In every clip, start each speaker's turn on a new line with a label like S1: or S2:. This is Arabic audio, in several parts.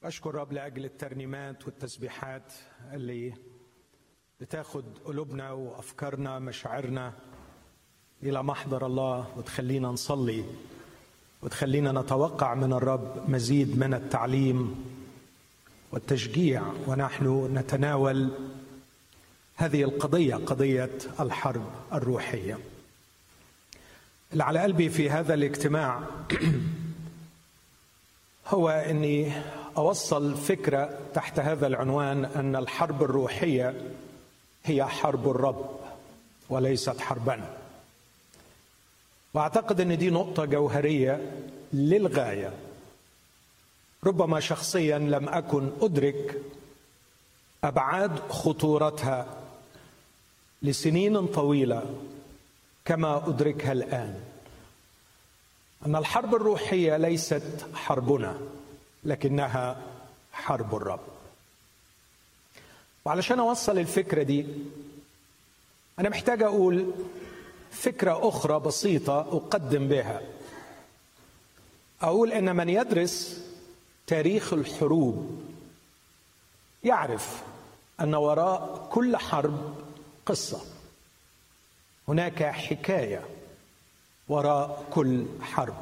S1: أشكر رب لأجل الترنيمات والتسبيحات اللي بتاخد قلوبنا وأفكارنا مشاعرنا إلى محضر الله وتخلينا نصلي وتخلينا نتوقع من الرب مزيد من التعليم والتشجيع ونحن نتناول هذه القضية، قضية الحرب الروحية. اللي على قلبي في هذا الاجتماع هو أني أوصل فكرة تحت هذا العنوان أن الحرب الروحية هي حرب الرب وليست حربنا. وأعتقد أن دي نقطة جوهرية للغاية. ربما شخصيا لم أكن أدرك أبعاد خطورتها لسنين طويلة كما أدركها الآن. أن الحرب الروحية ليست حربنا لكنها حرب الرب. وعلشان أوصل الفكرة دي أنا محتاج أقول فكرة أخرى بسيطة أقدم بها. أقول إن من يدرس تاريخ الحروب يعرف أن وراء كل حرب قصة. هناك حكاية وراء كل حرب.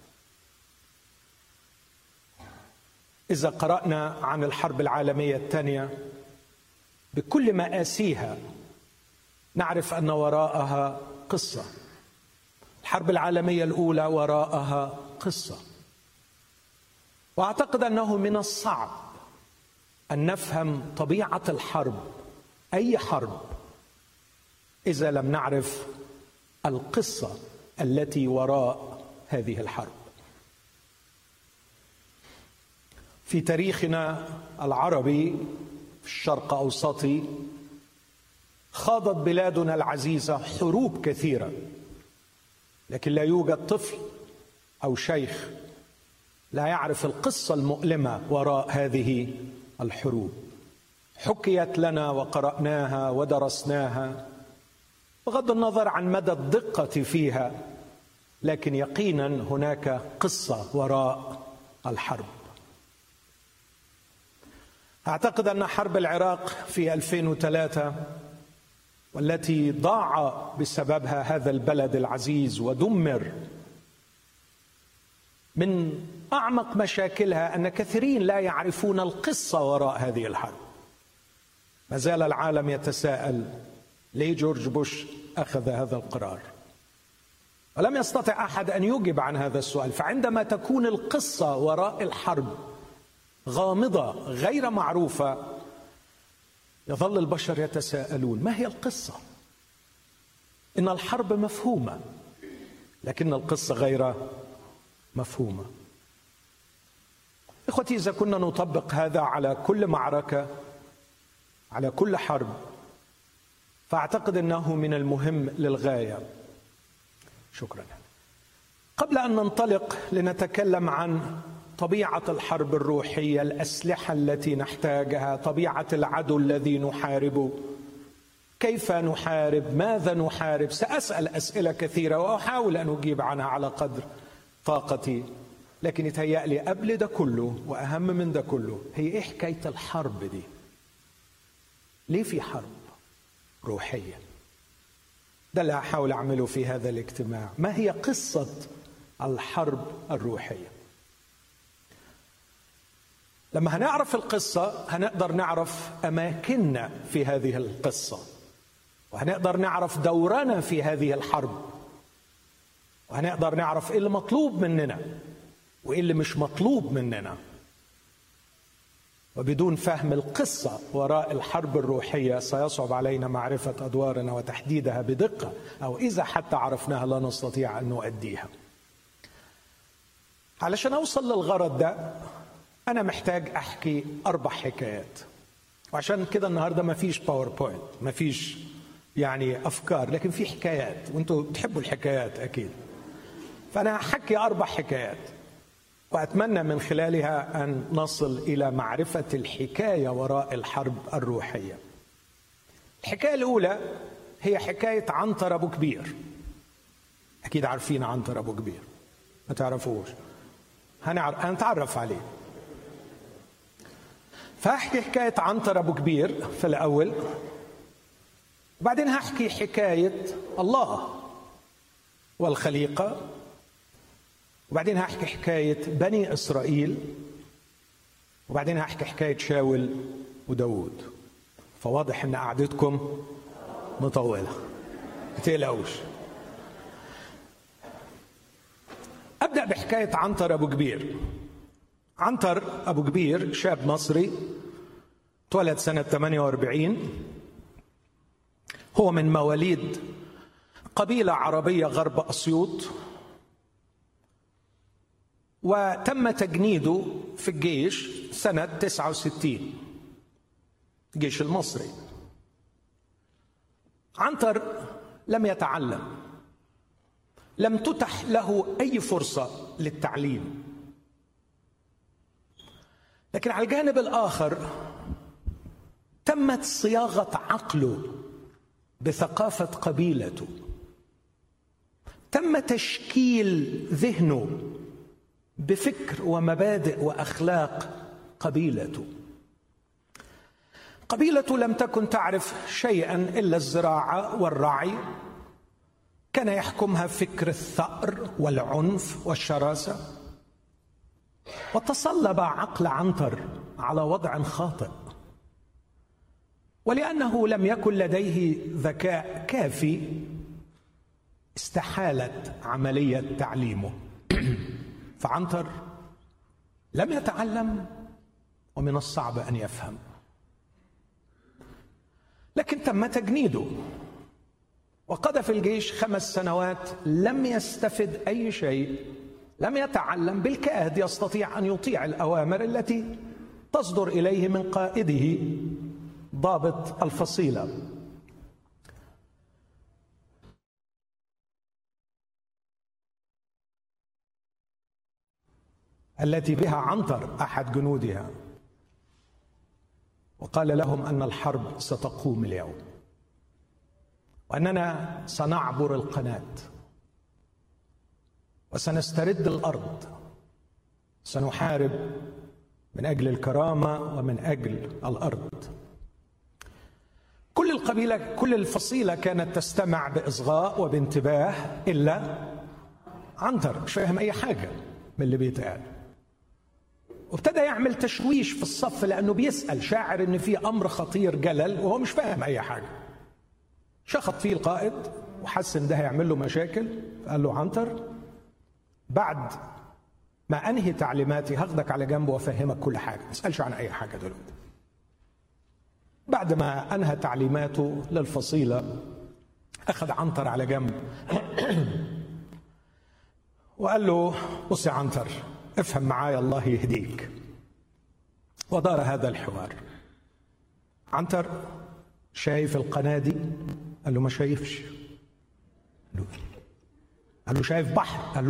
S1: إذا قرأنا عن الحرب العالمية الثانية بكل مآسيها نعرف أن وراءها قصة. الحرب العالمية الأولى وراءها قصة. وأعتقد أنه من الصعب أن نفهم طبيعة الحرب، أي حرب، إذا لم نعرف القصة التي وراء هذه الحرب. في تاريخنا العربي في الشرق أوسطي خاضت بلادنا العزيزة حروب كثيرة، لكن لا يوجد طفل أو شيخ لا يعرف القصة المؤلمة وراء هذه الحروب. حكيت لنا وقرأناها ودرسناها بغض النظر عن مدى الدقة فيها، لكن يقينا هناك قصة وراء الحرب. أعتقد أن حرب العراق في 2003 والتي ضاع بسببها هذا البلد العزيز ودمر، من أعمق مشاكلها أن كثيرين لا يعرفون القصة وراء هذه الحرب. ما زال العالم يتساءل ليه جورج بوش أخذ هذا القرار، ولم يستطع أحد أن يجيب عن هذا السؤال. فعندما تكون القصة وراء الحرب غامضة غير معروفة يظل البشر يتساءلون ما هي القصة؟ إن الحرب مفهومة لكن القصة غير مفهومة. إخوتي، إذا كنا نطبق هذا على كل معركة، على كل حرب، فأعتقد أنه من المهم للغاية. شكرا. قبل أن ننطلق لنتكلم عن طبيعة الحرب الروحية، الأسلحة التي نحتاجها، طبيعة العدو الذي نحاربه، كيف نحارب، ماذا نحارب، سأسأل أسئلة كثيرة وأحاول أن أجيب عنها على قدر طاقتي. لكن يتهيألي قبل ده كله وأهم من ده كله هي إيه حكاية الحرب دي؟ ليه في حرب روحية؟ ده اللي أحاول أعمله في هذا الاجتماع. ما هي قصة الحرب الروحية؟ لما هنعرف القصة هنقدر نعرف أماكننا في هذه القصة، وهنقدر نعرف دورنا في هذه الحرب، وهنقدر نعرف إيه اللي مطلوب مننا وإيه اللي مش مطلوب مننا. وبدون فهم القصة وراء الحرب الروحية سيصعب علينا معرفة أدوارنا وتحديدها بدقة، أو إذا حتى عرفناها لا نستطيع أن نؤديها. علشان أوصل للغرض ده أنا محتاج أحكي 4 حكايات. وعشان كده النهاردة ما فيش باوربوينت، ما فيش يعني أفكار، لكن في حكايات، وأنتوا بتحبوا الحكايات أكيد. فأنا هحكي 4 حكايات وأتمنى من خلالها أن نصل إلى معرفة الحكاية وراء الحرب الروحية. الحكاية الأولى هي حكاية عنتر أبو كبير. أكيد عارفين عنتر أبو كبير، ما تعرفوش؟ هنتعرف عليه. فهحكي حكاية عنتر أبو كبير في الأول، وبعدين هحكي حكاية الله والخليقة، وبعدين هحكي حكاية بني إسرائيل، وبعدين هحكي حكاية شاول وداود. فواضح إن قعدتكم مطولة، ما تقلقوش. أبدأ بحكاية عنتر أبو كبير. عنتر أبو كبير شاب مصري اتولد سنة 48. هو من مواليد قبيلة عربية غرب أسيوط، وتم تجنيده في الجيش سنة 69، الجيش المصري. عنتر لم يتعلم، لم تتح له أي فرصة للتعليم، لكن على الجانب الآخر تمت صياغة عقله بثقافة قبيلته، تم تشكيل ذهنه بفكر ومبادئ وأخلاق قبيلته. قبيلته لم تكن تعرف شيئا إلا الزراعة والرعي، كان يحكمها فكر الثأر والعنف والشراسة، وتصلب عقل عنتر على وضع خاطئ، ولأنه لم يكن لديه ذكاء كافي استحالت عملية تعليمه. فعنتر لم يتعلم، ومن الصعب أن يفهم، لكن تم تجنيده وقضى في الجيش 5 سنوات لم يستفد أي شيء، لم يتعلم، بالكاد يستطيع أن يطيع الأوامر التي تصدر إليه من قائده ضابط الفصيلة. التي بها عنتر أحد جنودها، وقال لهم أن الحرب ستقوم اليوم، وأننا سنعبر القناة وسنسترد الأرض، سنحارب من أجل الكرامة ومن أجل الأرض. كل القبيلة، كل الفصيلة كانت تستمع بإصغاء وبانتباه إلا عنتر، مش فاهم أي حاجة من اللي بيتقال، وابتدى يعمل تشويش في الصف لأنه بيسأل، شاعر إن في أمر خطير جلل وهو مش فاهم أي حاجة. شخط فيه القائد وحس إن ده هيعمل له مشاكل، قال له عنتر بعد ما أنهي تعليماتي هاخدك على جنب وأفهمك كل حاجة، ما تسألش عن أي حاجة دلوقتي. بعد ما أنهى تعليماته للفصيلة أخذ عنتر على جنب وقال له بص يا عنتر، افهم معايا الله يهديك. ودار هذا الحوار. عنتر شايف القناة دي؟ قال له ما شايفش. قال له شايف بحر؟ قال له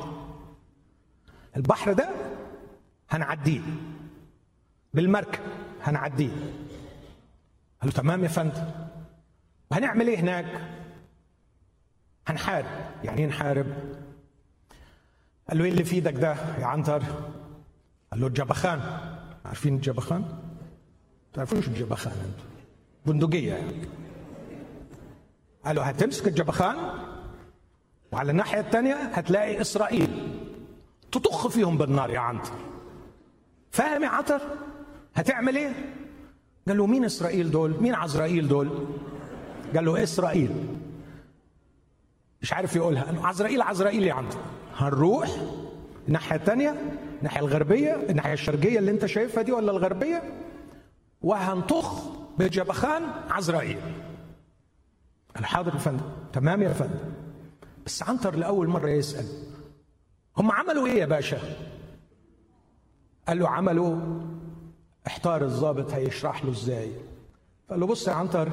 S1: البحر ده هنعديه بالمركب، هنعديه. قال له تمام يا فندم. وهنعمل ايه هناك؟ هنحارب. يعني ايه نحارب؟ قال له ايه اللي في ايدك ده يا عنتر؟ قال له الجبخان. عارفين الجبخان؟ تعرفوش الجبخان انتوا؟ بندقية يعني. قال له هتمسك الجبخان وعلى الناحية الثانية هتلاقي إسرائيل، تطخ فيهم بالنار يا عنتر. فاهم يا عنتر؟ هتعمل ايه؟ قال له مين إسرائيل دول؟ مين عزرائيل دول؟ قال له إسرائيل. مش عارف يقولها. عزرائيل يا عنتر. هنروح الناحية الثانية، الناحية الغربية، الناحية الشرقية اللي انت شايفها دي ولا الغربية، وهنطخ بالجبخان عزرائيل. قال حاضر يا فندم. تمام يا فندم. بس عنتر لأول مرة يسأل هم عملوا ايه يا باشا؟ قال له عملوا، احتار الضابط هيشرح له ازاي. قال له بص يا عنتر،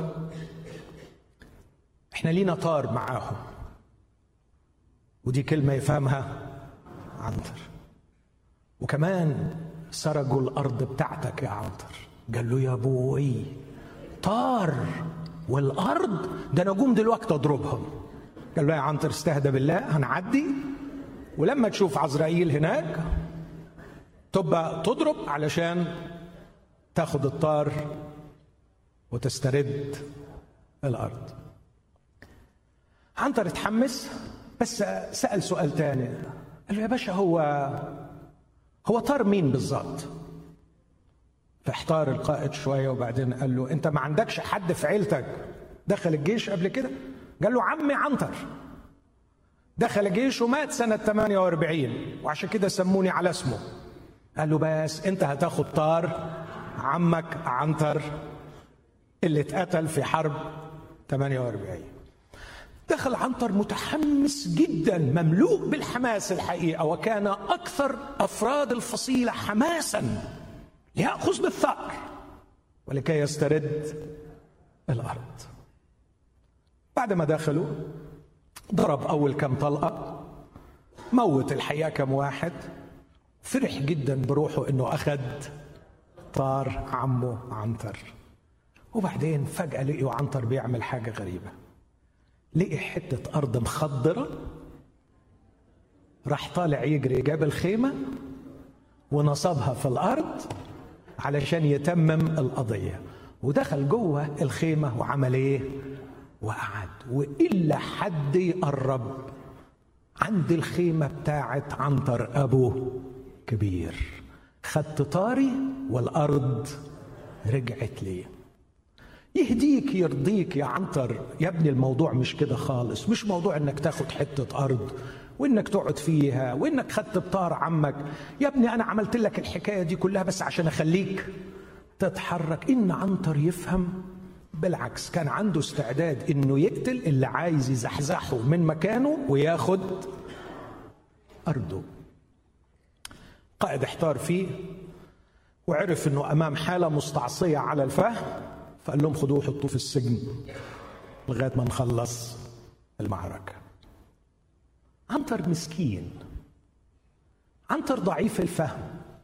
S1: احنا لينا طار معاهم، ودي كلمة يفهمها عنتر، وكمان سرقوا الأرض بتاعتك يا عنتر. قال له يا بوي، طار والأرض؟ ده أنا أقوم دلوقتي أضربهم. قال له يا عنتر استهدى بالله، هنعدي ولما تشوف عزرائيل هناك تبقى تضرب علشان تاخد الطار وتسترد الأرض. عنتر اتحمس بس سأل سؤال تاني، قال له يا باشا هو طار مين بالظبط؟ فاحتار القائد شوية وبعدين قال له انت ما عندكش حد في عيلتك دخل الجيش قبل كده؟ قال له عمي عنتر دخل الجيش ومات سنة 48 وعشان كده سموني على اسمه. قال له بس انت هتاخد طار عمك عنتر اللي اتقتل في حرب 48. دخل عنتر متحمس جدا، مملوء بالحماس الحقيقة، وكان أكثر أفراد الفصيلة حماسا ليأخذ بالثأر ولكي يسترد الأرض. بعد ما دخلوا ضرب أول كم طلقة، موت الحقيقة كم واحد، فرح جدا بروحه إنه أخذ طار عمه عنتر. وبعدين فجأة لقيوا عنتر بيعمل حاجة غريبة، لقي حتة أرض مخضرة، راح طالع يجري جاب الخيمة ونصبها في الأرض علشان يتمم القضية، ودخل جوه الخيمة وعمل إيه؟ وقعد. وإلا حد يقرب عند الخيمة بتاعت عنتر أبوه كبير، خدت طاري والأرض رجعت ليه. يهديك يرضيك يا عنتر يا ابني، الموضوع مش كده خالص، مش موضوع انك تاخد حتة ارض وانك تقعد فيها وانك خدت بطار عمك. يا ابني انا عملت لك الحكاية دي كلها بس عشان اخليك تتحرك. ان عنتر يفهم، بالعكس كان عنده استعداد انه يقتل اللي عايز يزحزحه من مكانه وياخد ارضه. قائد احتار فيه وعرف انه امام حالة مستعصية على الفهم، فقال لهم خدوه حطوه في السجن لغاية ما نخلص المعركة. عنتر مسكين، عنتر ضعيف الفهم،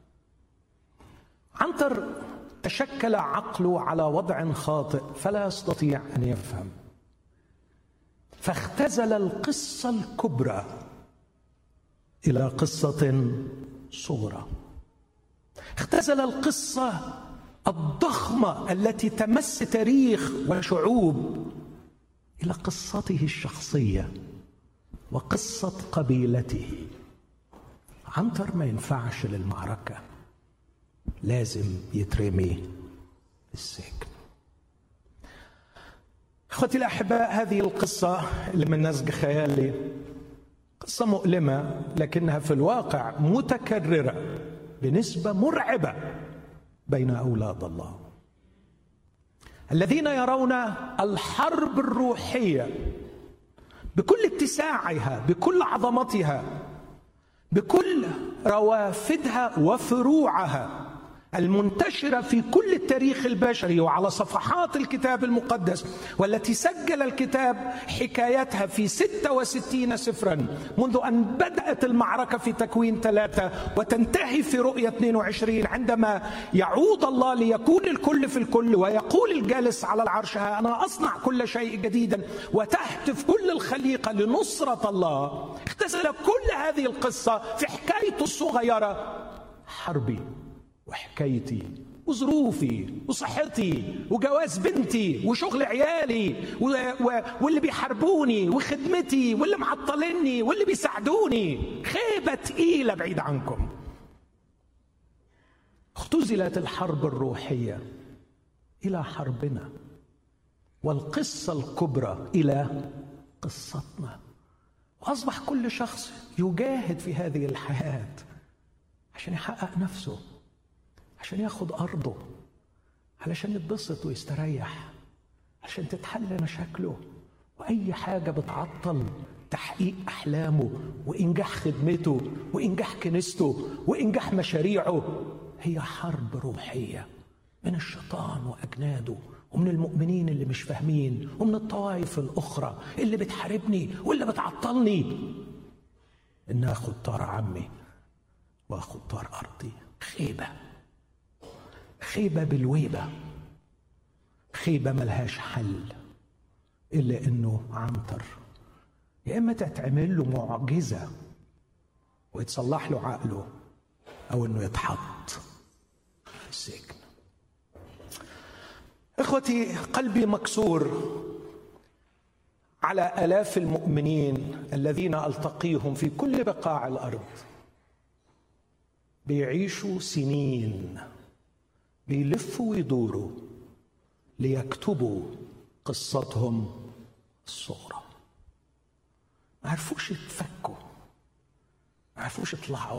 S1: عنتر تشكل عقله على وضع خاطئ فلا يستطيع أن يفهم، فاختزل القصة الكبرى إلى قصة صغرى، اختزل القصة الضخمة التي تمس تاريخ وشعوب إلى قصته الشخصية وقصة قبيلته. عنتر ما ينفعش للمعركة، لازم يترمي في السجن. اخوتي الأحباء، هذه القصة اللي من نسج خيالي قصة مؤلمة لكنها في الواقع متكررة بنسبة مرعبة بين أولاد الله الذين يرون الحرب الروحية بكل اتساعها، بكل عظمتها، بكل روافدها وفروعها المنتشرة في كل التاريخ البشري وعلى صفحات الكتاب المقدس، والتي سجل الكتاب حكايتها في 66 سفرا منذ أن بدأت المعركة في تكوين 3 وتنتهي في رؤية 22 عندما يعود الله ليكون الكل في الكل ويقول الجالس على العرش ها أنا أصنع كل شيء جديدا، وتهتف كل الخليقة لنصرة الله. اختزل كل هذه القصة في حكايته الصغيرة، حربي وحكايتي وظروفي وصحتي وجواز بنتي وشغل عيالي واللي بيحاربوني وخدمتي واللي معطلني واللي بيساعدوني، خيبة تقيلة بعيد عنكم. اختزلت الحرب الروحية إلى حربنا، والقصة الكبرى إلى قصتنا، وأصبح كل شخص يجاهد في هذه الحياة عشان يحقق نفسه، عشان ياخد أرضه، علشان يتبسط ويستريح، عشان تتحل مشاكله، وأي حاجة بتعطل تحقيق أحلامه وإنجاح خدمته وإنجاح كنيسته وإنجاح مشاريعه هي حرب روحية من الشيطان وأجناده ومن المؤمنين اللي مش فاهمين ومن الطوائف الأخرى اللي بتحاربني واللي بتعطلني إن أخد طار عمي وأخد طار أرضي. خيبة، خيبة بالويبة، خيبة ملهاش حل إلا إنه عنتر يا إما تتعمل له معجزة ويتصلح له عقله، أو إنه يتحط في السجن. إخوتي، قلبي مكسور على آلاف المؤمنين الذين ألتقيهم في كل بقاع الأرض، بيعيشوا سنين بيلفوا ويدوروا ليكتبوا قصتهم الصغرى. ما عرفوش يتفكوا، ما عرفوش يطلعوا.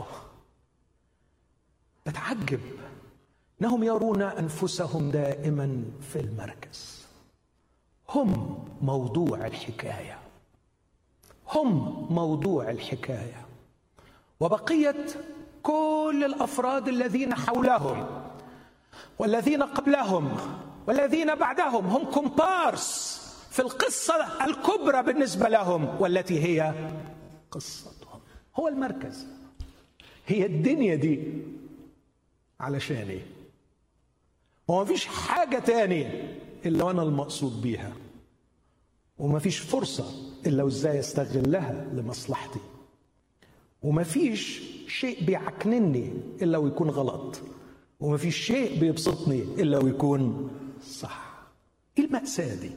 S1: بتعجب انهم يرون انفسهم دائما في المركز. هم موضوع الحكايه، هم موضوع الحكايه، وبقيه كل الافراد الذين حولهم والذين قبلهم والذين بعدهم هم كومبارس في القصه الكبرى بالنسبه لهم، والتي هي قصتهم. هو المركز، هي الدنيا دي علشاني، وما فيش حاجة تانية إلا وأنا المقصود بيها، وما فيش فرصة إلا وإزاي أستغلها لمصلحتي، وما فيش شيء بيعكنني إلا ويكون غلط، وما فيش شيء بيبسطني إلا ويكون صح. إيه المأساة دي؟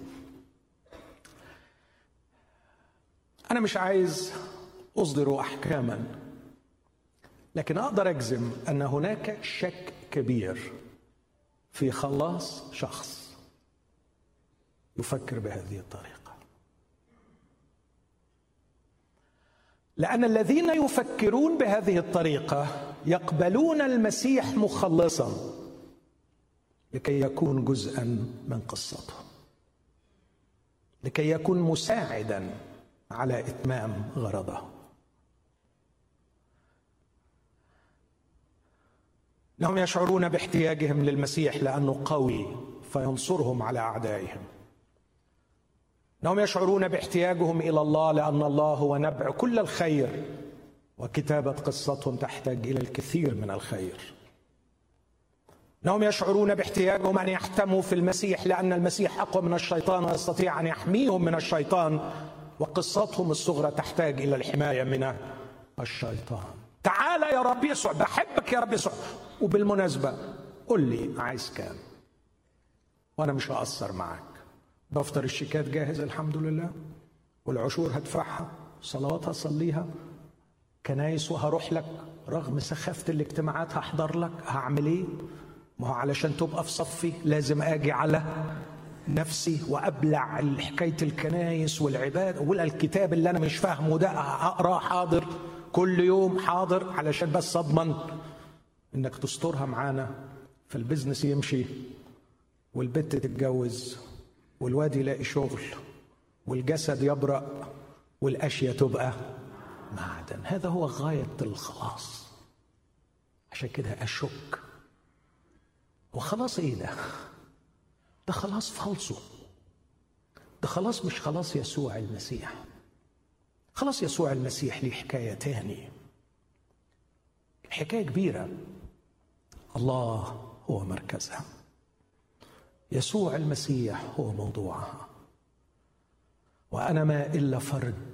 S1: أنا مش عايز أصدر أحكاما، لكن أقدر أجزم أن هناك شك كبير في خلاص شخص يفكر بهذه الطريقة، لأن الذين يفكرون بهذه الطريقة يقبلون المسيح مخلصا لكي يكون جزءا من قصتهم، لكي يكون مساعدا على إتمام غرضه. انهم يشعرون باحتياجهم للمسيح لانه قوي فينصرهم على اعدائهم. انهم يشعرون باحتياجهم الى الله لان الله هو نبع كل الخير، وكتابه قصتهم تحتاج الى الكثير من الخير. انهم يشعرون باحتياجهم ان يحتموا في المسيح لان المسيح اقوى من الشيطان ويستطيع ان يحميهم من الشيطان، وقصتهم الصغرى تحتاج الى الحمايه من الشيطان. تعال يا رب يسوع، بحبك يا رب يسوع، وبالمناسبة قل لي عايز كام وأنا مش هقصر معك. دفتر الشيكات جاهز الحمد لله، والعشور هدفعها، صلوات هصليها، كنايس وهروح لك، رغم سخافة الاجتماعات هحضر لك. هعمل ايه؟ ما هو علشان تبقى في صفي لازم اجي على نفسي وابلع حكاية الكنايس والعباد، ولا الكتاب اللي انا مش فاهمه ده اقراه حاضر كل يوم حاضر، علشان بس اضمن انك تسترها معانا، فالبزنس يمشي والبت تتجوز والواد يلاقي شغل والجسد يبرأ والاشياء تبقى معدن. هذا هو غاية الخلاص. عشان كده اشك، وخلاص ايه ده؟ ده خلاص فالصو، ده خلاص مش خلاص يسوع المسيح. خلاص يسوع المسيح ليه حكاية تاني، حكاية كبيرة. الله هو مركزها، يسوع المسيح هو موضوعها، وأنا ما إلا فرد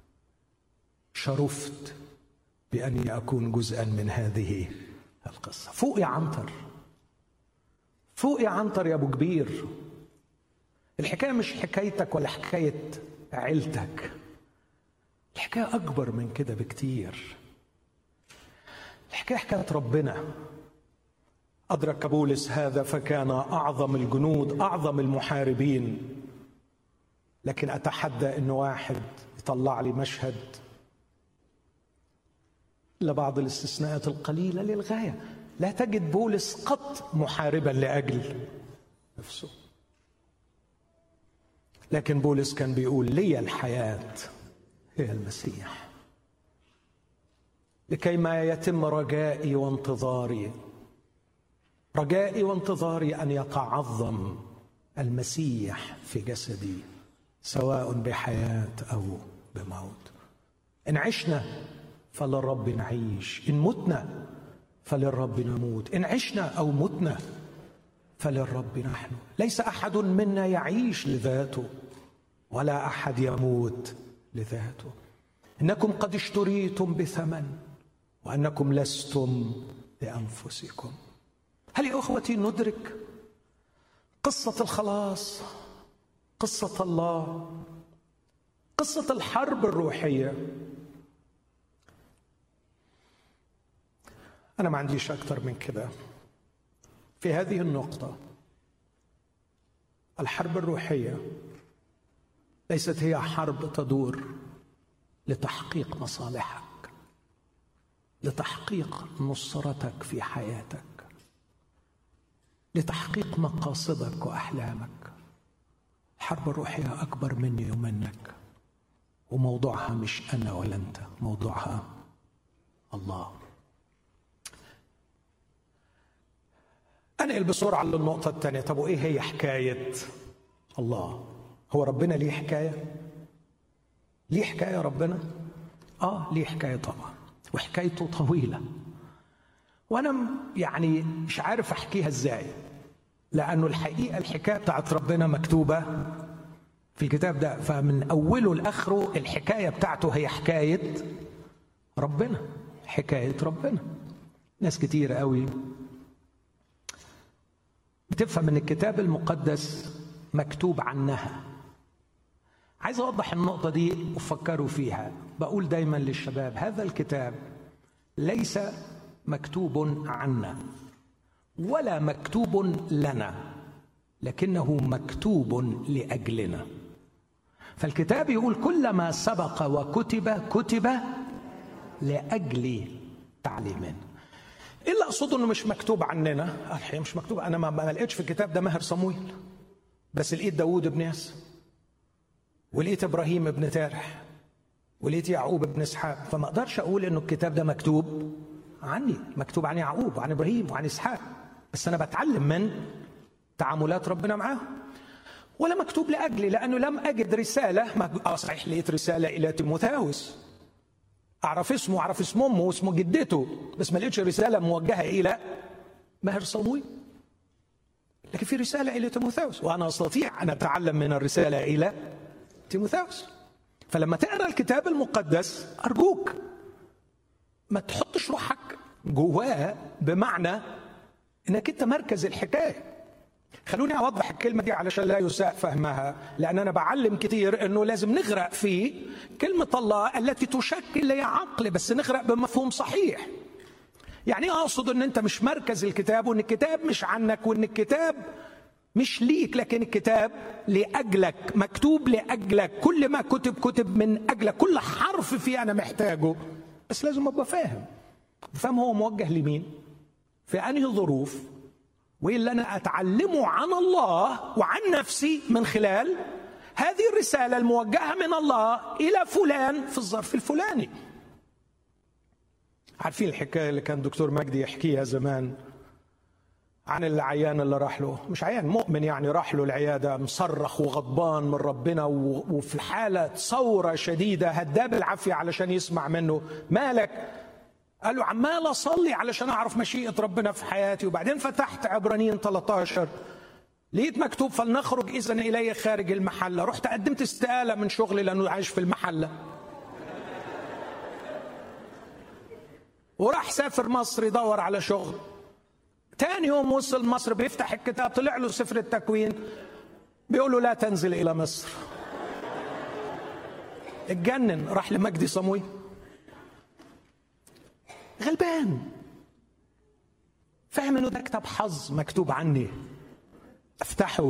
S1: شرفت بأني أكون جزءا من هذه القصة. فوق يا عنتر، فوق يا عنتر يا أبو كبير. الحكاية مش حكايتك ولا حكاية عيلتك، الحكاية أكبر من كده بكتير. الحكاية حكاية ربنا. أدرك بولس هذا فكان أعظم الجنود، أعظم المحاربين. لكن أتحدى إنه واحد يطلع لي مشهد لبعض الاستثناءات القليلة للغاية لا تجد بولس قط محاربا لأجل نفسه، لكن بولس كان بيقول لي الحياة هي المسيح، لكي ما يتم رجائي وانتظاري. رجائي وانتظاري أن يتعظم المسيح في جسدي، سواء بحياة أو بموت. إن عشنا فللرب نعيش، إن متنا فللرب نموت، إن عشنا أو متنا فللرب نحن. ليس أحد منا يعيش لذاته ولا أحد يموت لذاته. إنكم قد اشتريتم بثمن وأنكم لستم لأنفسكم. هل يا أخوتي ندرك قصة الخلاص، قصة الله، قصة الحرب الروحية. أنا ما عنديش أكتر من كده في هذه النقطة. الحرب الروحية ليست هي حرب تدور لتحقيق مصالحك، لتحقيق نصرتك في حياتك، لتحقيق مقاصدك وأحلامك. الحرب الروحية أكبر مني ومنك، وموضوعها مش أنا ولا أنت، موضوعها الله. أنقل بسرعة للنقطة الثانية. طب وإيه هي حكاية الله؟ هو ربنا ليه حكاية؟ ليه حكاية ربنا؟ ليه حكاية طبعا، وحكايته طويلة، وأنا يعني مش عارف أحكيها إزاي، لأنه الحقيقة الحكاية بتاعت ربنا مكتوبة في الكتاب ده، فمن أوله لآخره الحكاية بتاعته هي حكاية ربنا، حكاية ربنا. ناس كتير قوي بتفهم ان الكتاب المقدس مكتوب عنها. عايز اوضح النقطة دي وفكروا فيها. بقول دايما للشباب هذا الكتاب ليس مكتوب عنا ولا مكتوب لنا، لكنه مكتوب لأجلنا. فالكتاب يقول كل ما سبق وكتب كتب لأجل تعليمنا. ايه اللي اقصده انه مش مكتوب عننا؟ الحقيقه مش مكتوب. انا ما لقيتش في الكتاب ده ماهر صمويل، بس لقيت داوود ابن ياس، ولقيت ابراهيم ابن تارح، ولقيت يعقوب ابن اسحاق. فما اقدرش اقول انه الكتاب ده مكتوب عني، مكتوب عن يعقوب وعن ابراهيم وعن اسحاق، بس انا بتعلم من تعاملات ربنا معاه. ولا مكتوب لاجلي، لانه لم اجد رساله. صحيح لقيت رساله الى تيموثاوس، اعرف اسمه واعرف اسم امه واسم جدته، بس ما لقيتش رساله موجهه الى ماهر صمويل. لكن في رساله الى تيموثاوس، وانا استطيع ان اتعلم من الرساله الى تيموثاوس. فلما تقرا الكتاب المقدس ارجوك ما تحطش روحك جواه، بمعنى انك انت مركز الحكايه. خلوني اوضح الكلمه دي علشان لا يساء فهمها، لان انا بعلم كتير انه لازم نغرق في كلمه الله التي تشكل لي عقل، بس نغرق بمفهوم صحيح. يعني اقصد ان انت مش مركز الكتاب، وان الكتاب مش عنك، وان الكتاب مش ليك، لكن الكتاب لاجلك، مكتوب لاجلك. كل ما كتب من اجلك، كل حرف فيه انا محتاجه، بس لازم ابقى فاهم هو موجه لمين، في انهي ظروف، وايه اللي انا اتعلمه عن الله وعن نفسي من خلال هذه الرساله الموجهه من الله الى فلان في الظرف الفلاني. عارفين الحكايه اللي كان دكتور مجدي يحكيها زمان عن العيان اللي راح له، مش عيان، مؤمن يعني، راح له العياده مصرخ وغضبان من ربنا وفي حاله ثوره شديده، هداه بالعافيه علشان يسمع منه. مالك؟ قال له عمال اصلي علشان اعرف مشيئه ربنا في حياتي. وبعدين فتحت عبرانيين 13 لقيت مكتوب فلنخرج اذا الي خارج المحله. رحت قدمت استقاله من شغلي لانه عايش في المحله، وراح سافر مصر يدور على شغل. تاني يوم وصل مصر بيفتح الكتاب طلع له سفر التكوين بيقول له لا تنزل الى مصر. اتجنن، راح لمجدي صمويل غلبان، فاهم انه ده كتاب حظ مكتوب عني، افتحه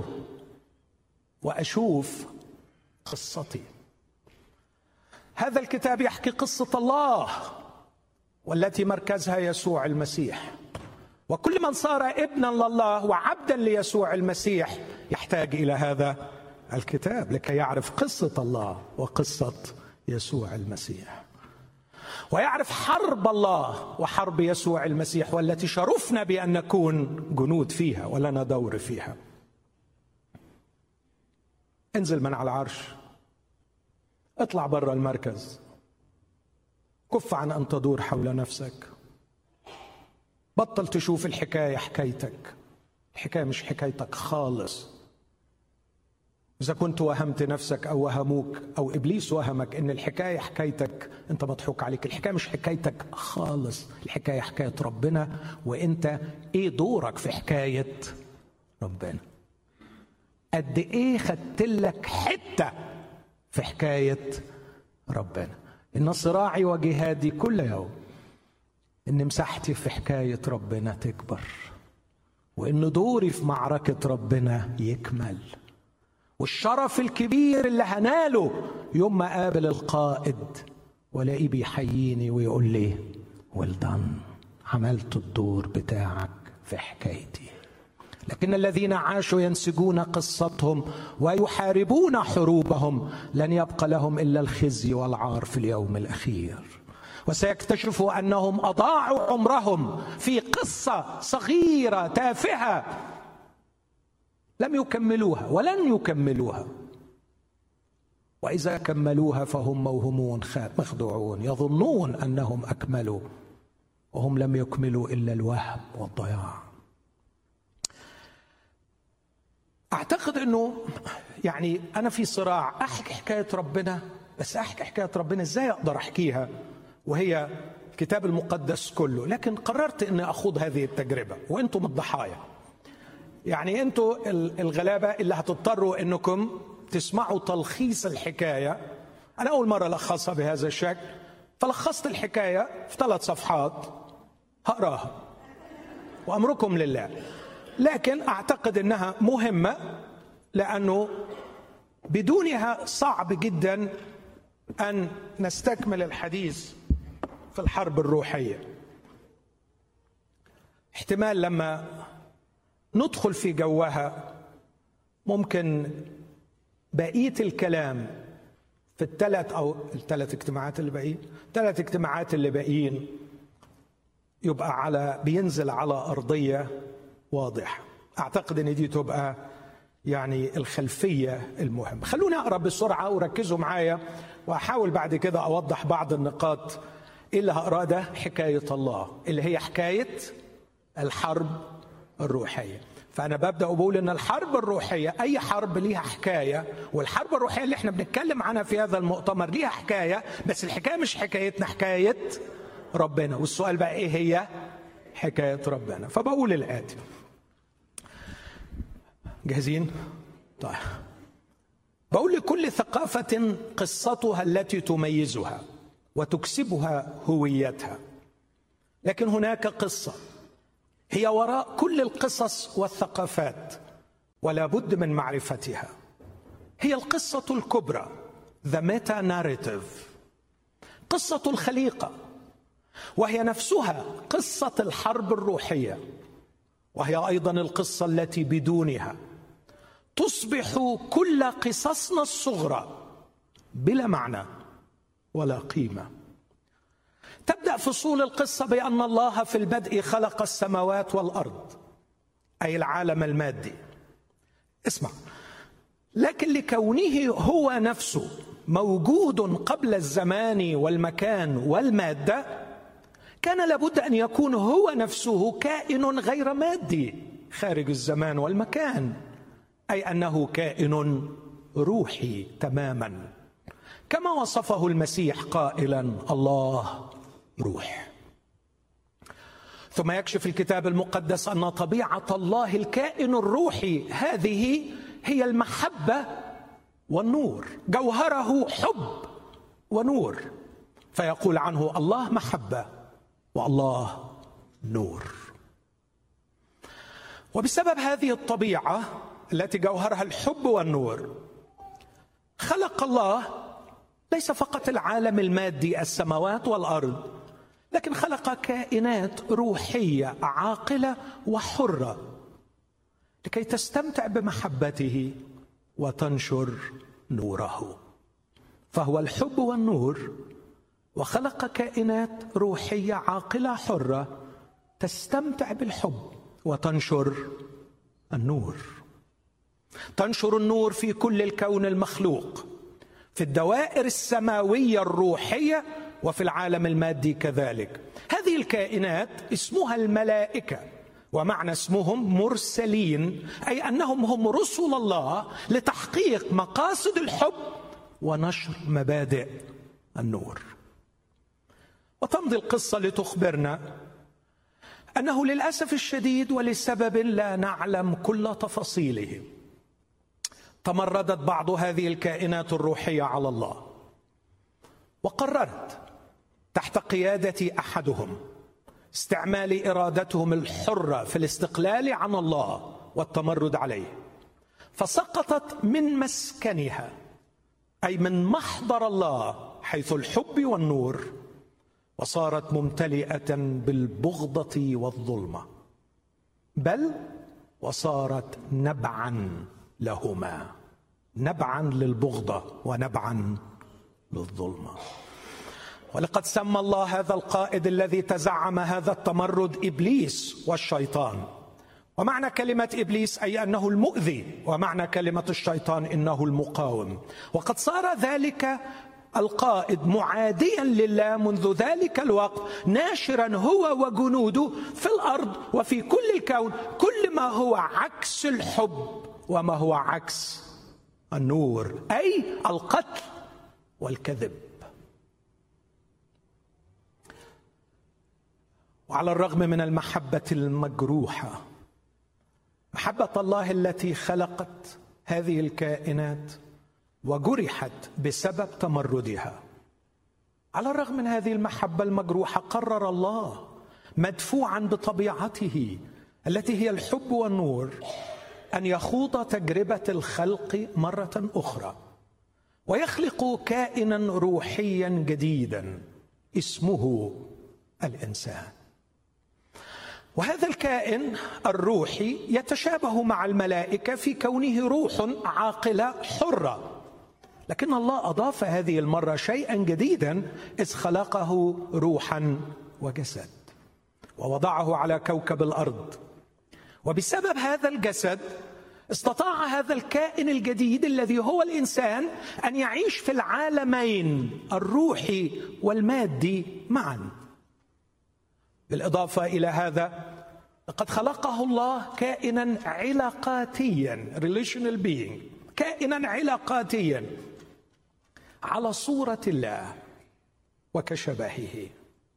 S1: واشوف قصتي. هذا الكتاب يحكي قصة الله والتي مركزها يسوع المسيح، وكل من صار ابنا لله وعبدا ليسوع المسيح يحتاج إلى هذا الكتاب لكي يعرف قصة الله وقصة يسوع المسيح، ويعرف حرب الله وحرب يسوع المسيح، والتي شرفنا بأن نكون جنود فيها ولنا دور فيها. انزل من على العرش، اطلع برا المركز، كف عن أن تدور حول نفسك، بطل تشوف الحكاية حكايتك. الحكاية مش حكايتك خالص. إذا كنت وهمت نفسك أو وهموك أو إبليس وهمك إن الحكاية حكايتك، أنت مضحوك عليك. الحكاية مش حكايتك خالص، الحكاية حكاية ربنا، وأنت إيه دورك في حكاية ربنا. قد ايه خدت لك حته في حكايه ربنا. ان صراعي وجهادي كل يوم ان مساحتي في حكايه ربنا تكبر، وان دوري في معركه ربنا يكمل، والشرف الكبير اللي هناله يوم ما قابل القائد ولاقيه بيحييني ويقول لي ولدان، عملت الدور بتاعك في حكايتي. لكن الذين عاشوا ينسجون قصتهم ويحاربون حروبهم لن يبقى لهم إلا الخزي والعار في اليوم الأخير، وسيكتشفوا أنهم أضاعوا عمرهم في قصة صغيرة تافهة لم يكملوها ولن يكملوها، وإذا كملوها فهم موهومون مخدوعون، يظنون أنهم أكملوا وهم لم يكملوا إلا الوهم والضياع. أعتقد أنه يعني أنا في صراع أحكي حكاية ربنا، بس أحكي حكاية ربنا إزاي أقدر أحكيها وهي الكتاب المقدس كله. لكن قررت أني أخوض هذه التجربة وأنتم الضحايا، يعني أنتم الغلابة اللي هتضطروا أنكم تسمعوا تلخيص الحكاية. أنا أول مرة لخصها بهذا الشكل، فلخصت الحكاية في 3 صفحات هقراها وأمركم لله. لكن أعتقد أنها مهمة لأنه بدونها صعب جدا أن نستكمل الحديث في الحرب الروحية. احتمال لما ندخل في جوها ممكن بقية الكلام في الثلاث اجتماعات اللي باقيين يبقى بينزل على أرضية واضحة. أعتقد أن دي تبقى يعني الخلفية المهمة. خلوني أقرأ بسرعة وركزوا معايا، وأحاول بعد كده أوضح بعض النقاط. إيه اللي هقرأ ده؟ حكاية الله اللي هي حكاية الحرب الروحية. فأنا ببدأ أقول أن الحرب الروحية أي حرب ليها حكاية، والحرب الروحية اللي احنا بنتكلم عنها في هذا المؤتمر ليها حكاية، بس الحكاية مش حكايتنا، حكاية ربنا. والسؤال بقى إيه هي حكاية ربنا؟ فبقول الآتي. جاهزين؟ طيب. بقول لكل ثقافة قصتها التي تميزها وتكسبها هويتها، لكن هناك قصة هي وراء كل القصص والثقافات ولا بد من معرفتها. هي القصة الكبرى، the meta narrative، قصة الخليقة، وهي نفسها قصة الحرب الروحية، وهي أيضا القصة التي بدونها تصبح كل قصصنا الصغرى بلا معنى ولا قيمة. تبدأ فصول القصة بأن الله في البدء خلق السماوات والأرض، أي العالم المادي. اسمع، لكن لكونه هو نفسه موجود قبل الزمان والمكان والمادة، كان لابد أن يكون هو نفسه كائن غير مادي خارج الزمان والمكان، أي أنه كائن روحي تماما، كما وصفه المسيح قائلا الله روح. ثم يكشف الكتاب المقدس أن طبيعة الله الكائن الروحي هذه هي المحبة والنور، جوهره حب ونور، فيقول عنه الله محبة والله نور. وبسبب هذه الطبيعة التي جوهرها الحب والنور، خلق الله ليس فقط العالم المادي السماوات والأرض، لكن خلق كائنات روحية عاقلة وحرة لكي تستمتع بمحبته وتنشر نوره. فهو الحب والنور، وخلق كائنات روحية عاقلة حرة تستمتع بالحب وتنشر النور. تنشر النور في كل الكون المخلوق، في الدوائر السماوية الروحية وفي العالم المادي كذلك. هذه الكائنات اسمها الملائكة، ومعنى اسمهم مرسلين، أي أنهم هم رسل الله لتحقيق مقاصد الحب ونشر مبادئ النور. وتمضي القصة لتخبرنا أنه للأسف الشديد ولسبب لا نعلم كل تفاصيله، تمردت بعض هذه الكائنات الروحية على الله، وقررت تحت قيادة أحدهم استعمال إرادتهم الحرة في الاستقلال عن الله والتمرد عليه، فسقطت من مسكنها، أي من محضر الله حيث الحب والنور، وصارت ممتلئة بالبغضة والظلمة، بل وصارت نبعا لهما، نبعا للبغضة ونبعا للظلمة. ولقد سمى الله هذا القائد الذي تزعم هذا التمرد إبليس والشيطان، ومعنى كلمة إبليس أي أنه المؤذي، ومعنى كلمة الشيطان إنه المقاوم. وقد صار ذلك القائد معاديا لله منذ ذلك الوقت، ناشرا هو وجنوده في الأرض وفي كل الكون كل ما هو عكس الحب وما هو عكس النور، أي القتل والكذب. وعلى الرغم من المحبة المجروحة، محبة الله التي خلقت هذه الكائنات وجرحت بسبب تمردها، على الرغم من هذه المحبة المجروحة قرر الله مدفوعا بطبيعته التي هي الحب والنور أن يخوض تجربة الخلق مرة أخرى، ويخلق كائنا روحيا جديدا اسمه الإنسان. وهذا الكائن الروحي يتشابه مع الملائكة في كونه روح عاقلة حرة، لكن الله أضاف هذه المرة شيئا جديدا إذ خلقه روحا وجسد ووضعه على كوكب الأرض. وبسبب هذا الجسد استطاع هذا الكائن الجديد الذي هو الإنسان أن يعيش في العالمين الروحي والمادي معا. بالإضافة إلى هذا لقد خلقه الله كائنا علاقاتيا relational being، كائنا علاقاتيا على صورة الله وكشبهه،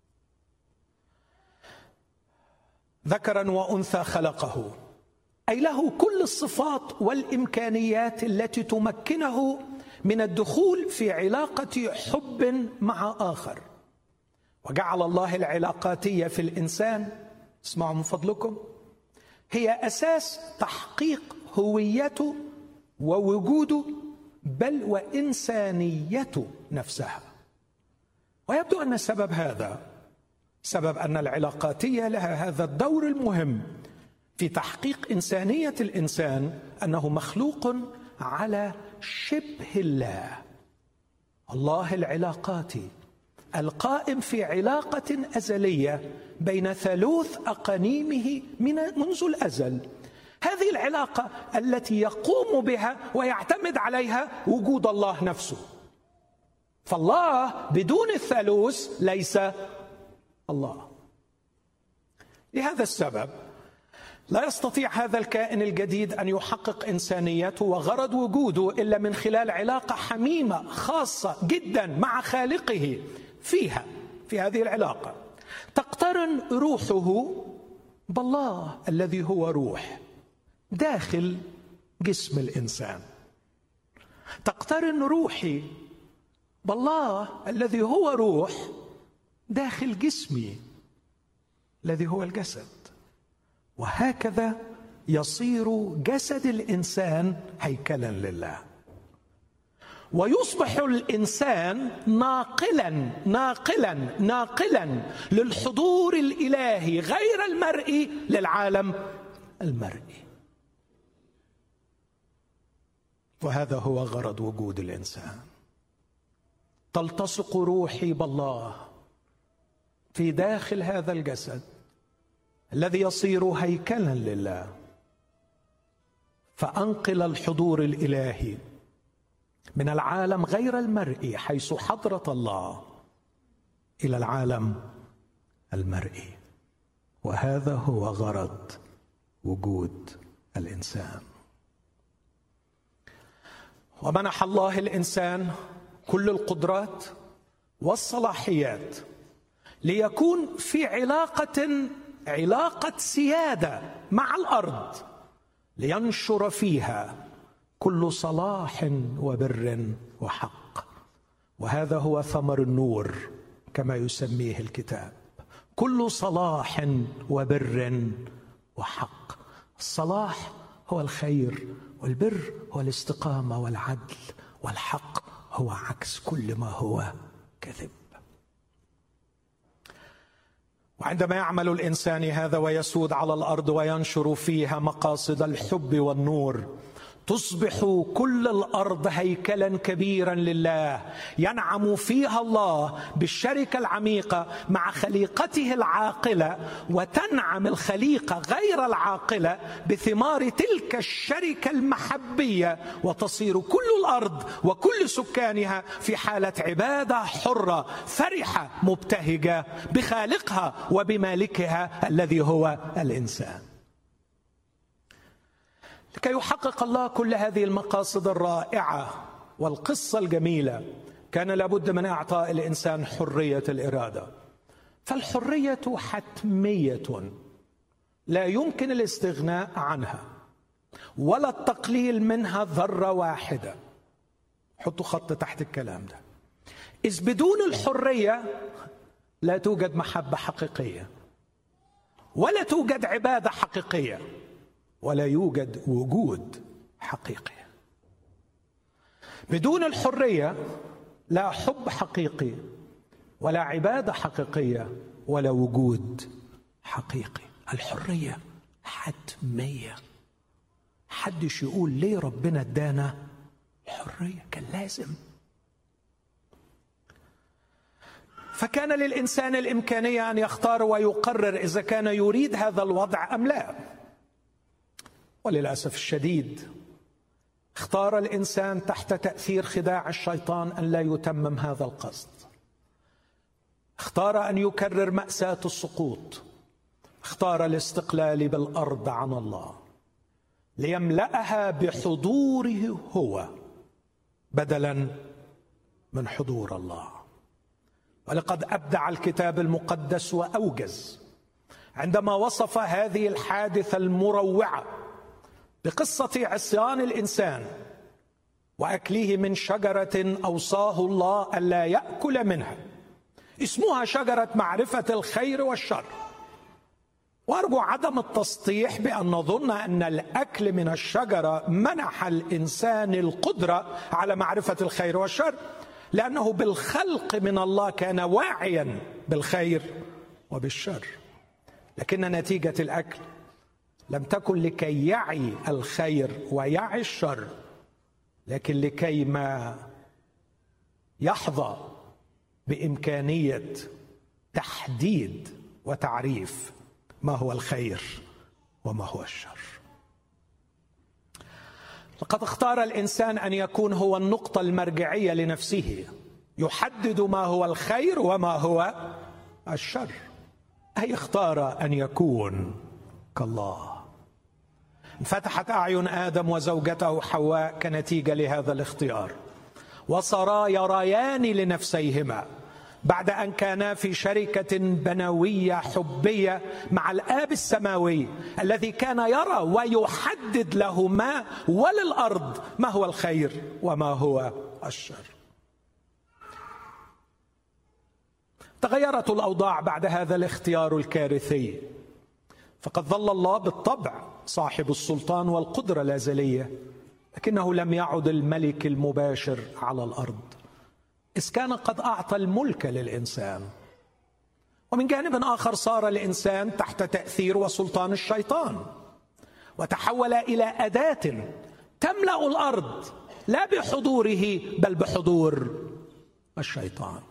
S1: ذكرا وأنثى خلقه، أي له كل الصفات والإمكانيات التي تمكنه من الدخول في علاقة حب مع آخر. وجعل الله العلاقاتية في الإنسان، اسمعوا من فضلكم، هي أساس تحقيق هويته ووجوده بل وإنسانيته نفسها. ويبدو أن سبب هذا سبب أن العلاقاتية لها هذا الدور المهم في تحقيق إنسانية الإنسان، أنه مخلوق على شبه الله، الله العلاقاتي القائم في علاقة أزلية بين ثالوث أقانيمه منذ الأزل. هذه العلاقة التي يقوم بها ويعتمد عليها وجود الله نفسه، فالله بدون الثالوث ليس الله. لهذا السبب لا يستطيع هذا الكائن الجديد أن يحقق إنسانيته وغرض وجوده إلا من خلال علاقة حميمة خاصة جدا مع خالقه. في هذه العلاقة تقترن روحه بالله الذي هو روح داخل جسم الإنسان، تقترن روحي بالله الذي هو روح داخل جسمي الذي هو الجسد، وهكذا يصير جسد الإنسان هيكلا لله، ويصبح الإنسان ناقلا للحضور الإلهي غير المرئي للعالم المرئي. وهذا هو غرض وجود الإنسان. تلتصق روحي بالله في داخل هذا الجسد الذي يصير هيكلا لله، فأنقل الحضور الإلهي من العالم غير المرئي حيث حضرة الله إلى العالم المرئي. وهذا هو غرض وجود الإنسان. ومنح الله الإنسان كل القدرات والصلاحيات ليكون في علاقة سيادة مع الأرض، لينشر فيها كل صلاح وبر وحق، وهذا هو ثمر النور كما يسميه الكتاب. كل صلاح وبر وحق. الصلاح هو الخير، والبر هو الاستقامة والعدل، والحق هو عكس كل ما هو كذب. وعندما يعمل الإنسان هذا ويسود على الأرض وينشر فيها مقاصد الحب والنور، تصبح كل الأرض هيكلا كبيرا لله ينعم فيها الله بالشركة العميقة مع خليقته العاقلة، وتنعم الخليقة غير العاقلة بثمار تلك الشركة المحبية، وتصير كل الأرض وكل سكانها في حالة عبادة حرة فرحة مبتهجة بخالقها وبمالكها الذي هو الإنسان. لكي يحقق الله كل هذه المقاصد الرائعة والقصة الجميلة، كان لابد من إعطاء الإنسان حرية الإرادة. فالحرية حتمية لا يمكن الاستغناء عنها ولا التقليل منها ذرة واحدة. حطوا خط تحت الكلام ده. إذ بدون الحرية لا توجد محبة حقيقية، ولا توجد عبادة حقيقية، ولا يوجد وجود حقيقي. بدون الحرية لا حب حقيقي، ولا عبادة حقيقية، ولا وجود حقيقي. الحرية حتمية. حدش يقول ليه ربنا ادانا الحرية، كان لازم. فكان للإنسان الإمكانية أن يختار ويقرر إذا كان يريد هذا الوضع أم لا. وللأسف الشديد اختار الإنسان تحت تأثير خداع الشيطان أن لا يتمم هذا القصد. اختار أن يكرر مأساة السقوط. اختار الاستقلال بالأرض عن الله ليملأها بحضوره هو بدلا من حضور الله. ولقد أبدع الكتاب المقدس وأوجز عندما وصف هذه الحادثة المروعة بقصة عصيان الإنسان وأكله من شجرة أوصاه الله ألا يأكل منها، اسمها شجرة معرفة الخير والشر. وأرجو عدم التسطيح بأن نظن أن الأكل من الشجرة منح الإنسان القدرة على معرفة الخير والشر، لأنه بالخلق من الله كان واعيا بالخير وبالشر. لكن نتيجة الأكل لم تكن لكي يعي الخير ويعي الشر، لكن لكي ما يحظى بإمكانية تحديد وتعريف ما هو الخير وما هو الشر. لقد اختار الإنسان أن يكون هو النقطة المرجعية لنفسه، يحدد ما هو الخير وما هو الشر، أي اختار أن يكون كالله. انفتحت أعين آدم وزوجته حواء كنتيجة لهذا الاختيار، وصارا يريان لنفسيهما بعد أن كانا في شركة بنوية حبية مع الآب السماوي الذي كان يرى ويحدد لهما وللأرض ما هو الخير وما هو الشر. تغيرت الأوضاع بعد هذا الاختيار الكارثي، فقد ظل الله بالطبع صاحب السلطان والقدرة الأزلية، لكنه لم يعد الملك المباشر على الأرض، إذ كان قد أعطى الملك للإنسان. ومن جانب آخر صار الإنسان تحت تأثير وسلطان الشيطان، وتحول إلى أداة تملأ الأرض لا بحضوره بل بحضور الشيطان.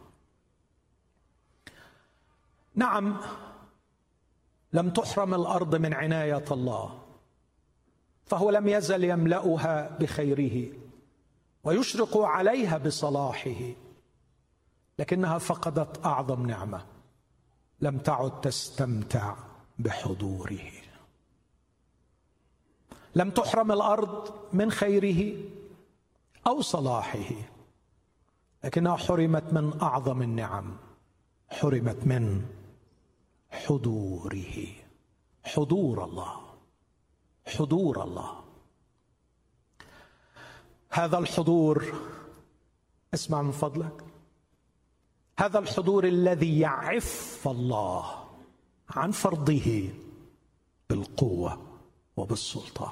S1: نعم، لم تحرم الأرض من عناية الله، فهو لم يزل يملأها بخيره ويشرق عليها بصلاحه، لكنها فقدت أعظم نعمة، لم تعد تستمتع بحضوره. لم تحرم الأرض من خيره أو صلاحه، لكنها حرمت من أعظم النعم، حرمت من حضوره. حضور الله، حضور الله. هذا الحضور، اسمع من فضلك، هذا الحضور الذي يعف الله عن فرضه بالقوة وبالسلطان.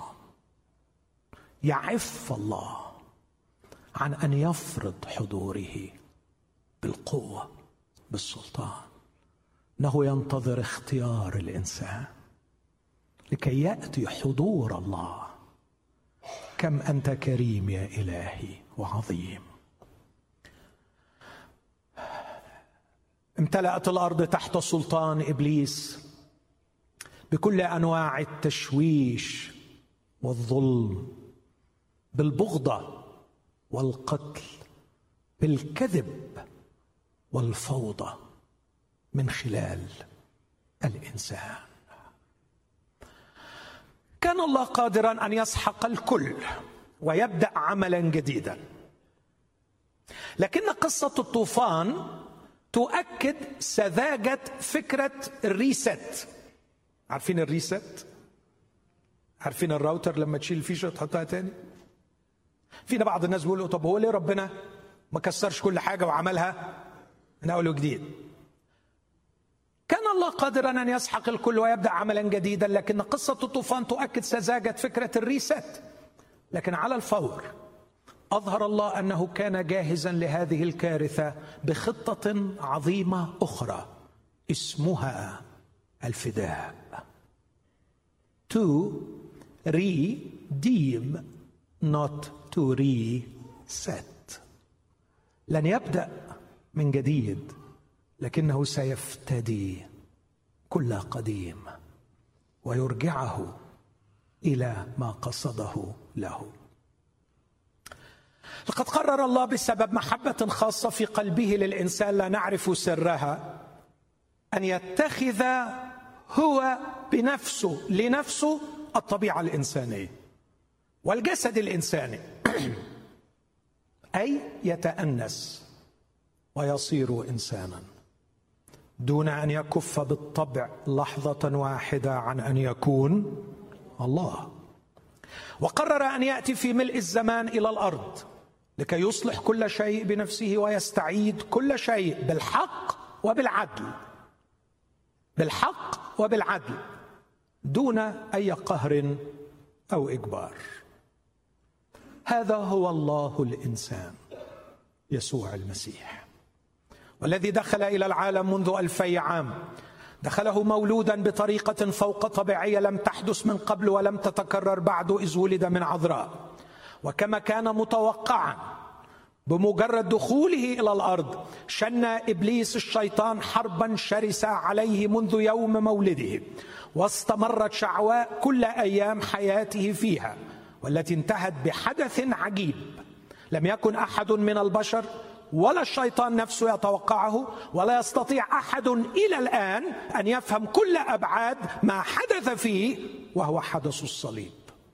S1: يعف الله عن أن يفرض حضوره بالقوة بالسلطان. إنه ينتظر اختيار الإنسان لكي يأتي حضور الله. كم أنت كريم يا إلهي وعظيم. امتلأت الأرض تحت سلطان إبليس بكل أنواع التشويش والظلم، بالبغضة والقتل، بالكذب والفوضى من خلال الإنسان. كان الله قادرا أن يسحق الكل ويبدأ عملا جديدا، لكن قصة الطوفان تؤكد سذاجة فكرة الريست. عارفين الريست؟ عارفين الراوتر لما تشيل الفيشة وتحطها تاني؟ فينا بعض الناس بيقولوا طب هو ليه ربنا ما كسرش كل حاجة وعملها من أول وجديد؟ كان الله قادرا أن يسحق الكل ويبدأ عملا جديدا، لكن قصة الطوفان تؤكد سذاجة فكرة الريست. لكن على الفور أظهر الله أنه كان جاهزا لهذه الكارثة بخطة عظيمة أخرى اسمها الفداء. To redeem, not to reset. لن يبدأ من جديد، لكنه سيفتدي كل قديم ويرجعه إلى ما قصده له. لقد قرر الله بسبب محبة خاصة في قلبه للإنسان لا نعرف سرها أن يتخذ هو بنفسه لنفسه الطبيعة الإنسانية والجسد الإنساني، أي يتأنس ويصير إنسانا دون أن يكف بالطبع لحظة واحدة عن أن يكون الله. وقرر أن يأتي في ملء الزمان إلى الأرض لكي يصلح كل شيء بنفسه ويستعيد كل شيء بالحق وبالعدل، بالحق وبالعدل دون أي قهر أو إجبار. هذا هو الله الإنسان يسوع المسيح، والذي دخل إلى العالم منذ 2000 عام. دخله مولودا بطريقة فوق طبيعية لم تحدث من قبل ولم تتكرر بعد إذ ولد من عذراء. وكما كان متوقعا بمجرد دخوله إلى الأرض شن إبليس الشيطان حربا شرسة عليه منذ يوم مولده، واستمرت شعواء كل أيام حياته فيها، والتي انتهت بحدث عجيب لم يكن أحد من البشر ولا الشيطان نفسه يتوقعه، ولا يستطيع أحد إلى الآن أن يفهم كل أبعاد ما حدث فيه، وهو حدث الصليب.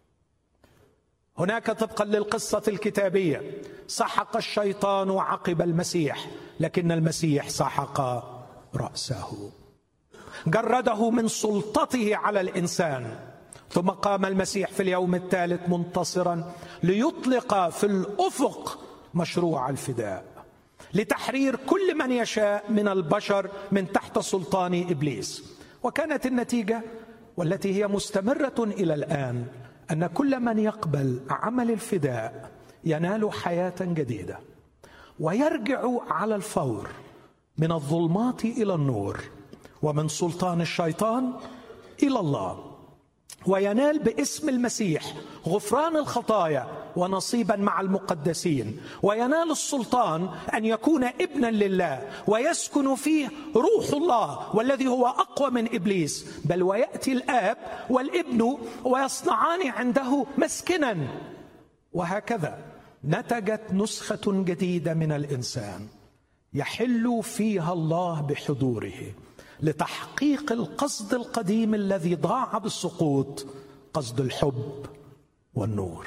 S1: هناك طبقا للقصة الكتابية سحق الشيطان عقب المسيح، لكن المسيح سحق رأسه، جرده من سلطته على الإنسان. ثم قام المسيح في اليوم الثالث منتصرا ليطلق في الأفق مشروع الفداء لتحرير كل من يشاء من البشر من تحت سلطان إبليس. وكانت النتيجة والتي هي مستمرة إلى الآن أن كل من يقبل عمل الفداء ينال حياة جديدة ويرجع على الفور من الظلمات إلى النور ومن سلطان الشيطان إلى الله، وينال باسم المسيح غفران الخطايا ونصيبا مع المقدسين، وينال السلطان أن يكون ابنا لله ويسكن فيه روح الله والذي هو أقوى من إبليس، بل ويأتي الآب والابن ويصنعان عنده مسكنا. وهكذا نتجت نسخة جديدة من الإنسان يحل فيها الله بحضوره لتحقيق القصد القديم الذي ضاع بالسقوط، قصد الحب والنور.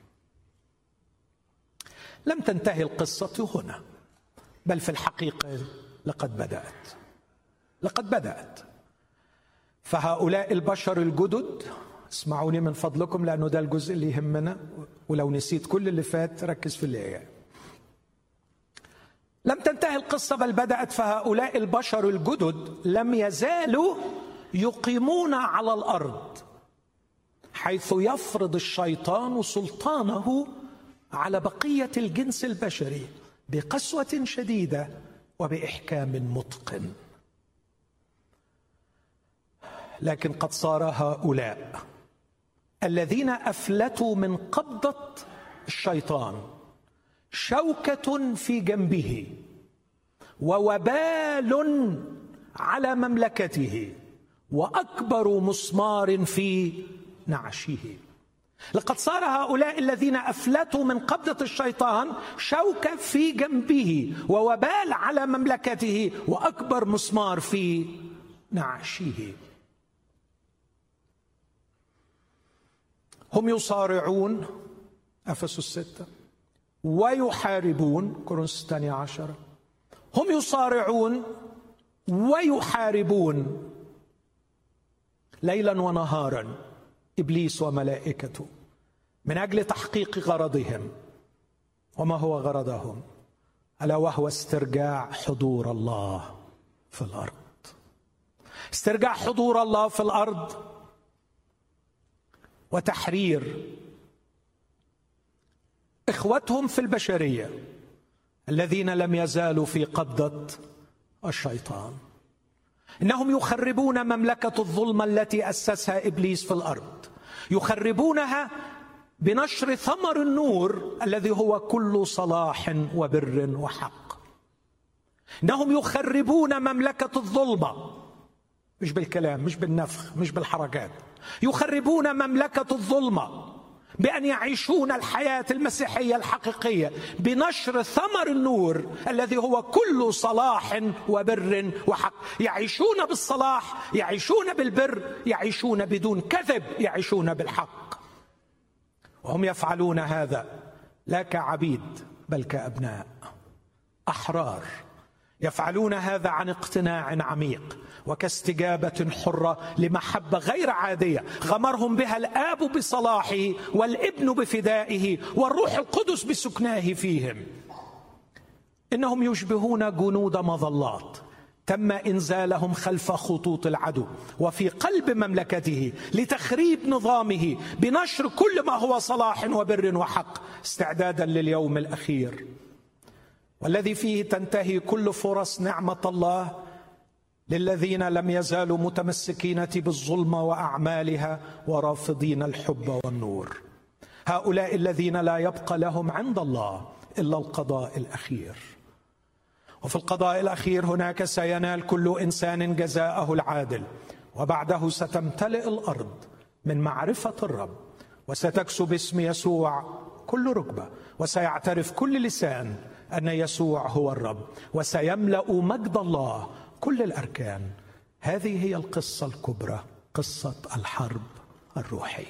S1: لم تنتهي القصة هنا، بل في الحقيقة لقد بدأت. فهؤلاء البشر الجدد اسمعوني من فضلكم لأنه ده الجزء اللي يهمنا، ولو نسيت كل اللي فات ركز في اللي جاي. لم تنتهي القصة بل بدأت، فهؤلاء البشر الجدد لم يزالوا يقيمون على الأرض حيث يفرض الشيطان سلطانه على بقية الجنس البشري بقسوة شديدة وبإحكام متقن. لكن قد صار هؤلاء الذين أفلتوا من قبضة الشيطان شوكة في جنبه ووبال على مملكته وأكبر مسمار في نعشه. لقد صار هؤلاء الذين أفلتوا من قبضة الشيطان شوكة في جنبه ووبال على مملكته وأكبر مسمار في نعشه. هم يصارعون أفسس 6 ويحاربون كورنثوس 12. هم يصارعون ويحاربون ليلا ونهارا إبليس وملائكته من أجل تحقيق غرضهم. وما هو غرضهم؟ ألا وهو استرجاع حضور الله في الأرض. استرجاع حضور الله في الأرض وتحرير إخوتهم في البشرية الذين لم يزالوا في قبضة الشيطان. إنهم يخربون مملكة الظلمة التي أسسها إبليس في الأرض، يخربونها بنشر ثمر النور الذي هو كل صلاح وبر وحق. إنهم يخربون مملكة الظلمة، مش بالكلام، مش بالنفخ، مش بالحركات. يخربون مملكة الظلمة بأن يعيشون الحياة المسيحية الحقيقية بنشر ثمر النور الذي هو كل صلاح وبر وحق. يعيشون بالصلاح، يعيشون بالبر، يعيشون بدون كذب، يعيشون بالحق. وهم يفعلون هذا لا كعبيد بل كأبناء أحرار، يفعلون هذا عن اقتناع عميق وكاستجابة حرة لمحبة غير عادية غمرهم بها الآب بصلاحه والابن بفدائه والروح القدس بسكناه فيهم. إنهم يشبهون جنود مظلات تم إنزالهم خلف خطوط العدو وفي قلب مملكته لتخريب نظامه بنشر كل ما هو صلاح وبر وحق استعدادا لليوم الأخير والذي فيه تنتهي كل فرص نعمة الله للذين لم يزالوا متمسكين بالظلمة وأعمالها ورافضين الحب والنور. هؤلاء الذين لا يبقى لهم عند الله إلا القضاء الأخير. وفي القضاء الأخير هناك سينال كل إنسان جزاءه العادل، وبعده ستمتلئ الأرض من معرفة الرب، وستكسب اسم يسوع كل ركبة، وسيعترف كل لسان أن يسوع هو الرب، وسيملأ مجد الله كل الأركان. هذه هي القصة الكبرى، قصة الحرب الروحية.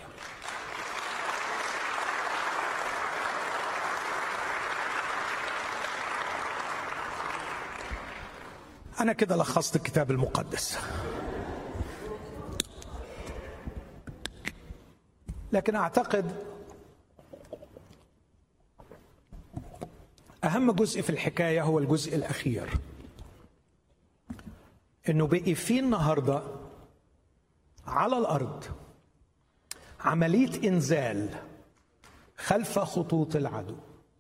S1: أنا كده لخصت الكتاب المقدس، لكن أعتقد أهم جزء في الحكاية هو الجزء الأخير، إنه بقي في النهاردة على الأرض عملية إنزال خلف خطوط العدو.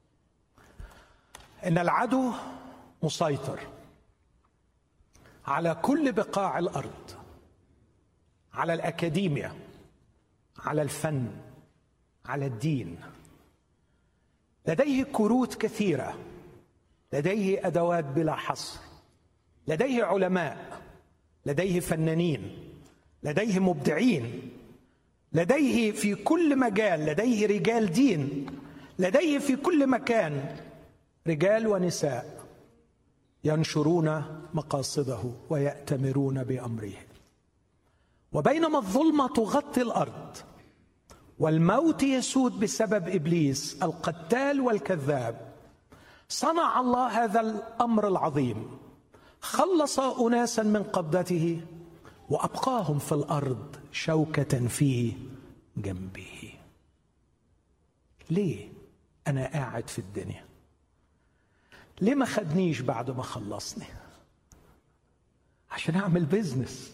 S1: إن العدو مسيطر على كل بقاع الأرض، على الأكاديمية، على الفن، على الدين. لديه كروت كثيرة، لديه أدوات بلا حصر، لديه علماء، لديه فنانين، لديه مبدعين، لديه في كل مجال، لديه رجال دين، لديه في كل مكان رجال ونساء ينشرون مقاصده ويأتمرون بأمره. وبينما الظلمة تغطي الأرض والموت يسود بسبب إبليس القتال والكذاب، صنع الله هذا الأمر العظيم، خلص أناسا من قبضته وأبقاهم في الأرض شوكة في جنبه. ليه أنا قاعد في الدنيا؟ ليه ما خدنيش بعد ما خلصني؟ عشان أعمل بيزنس،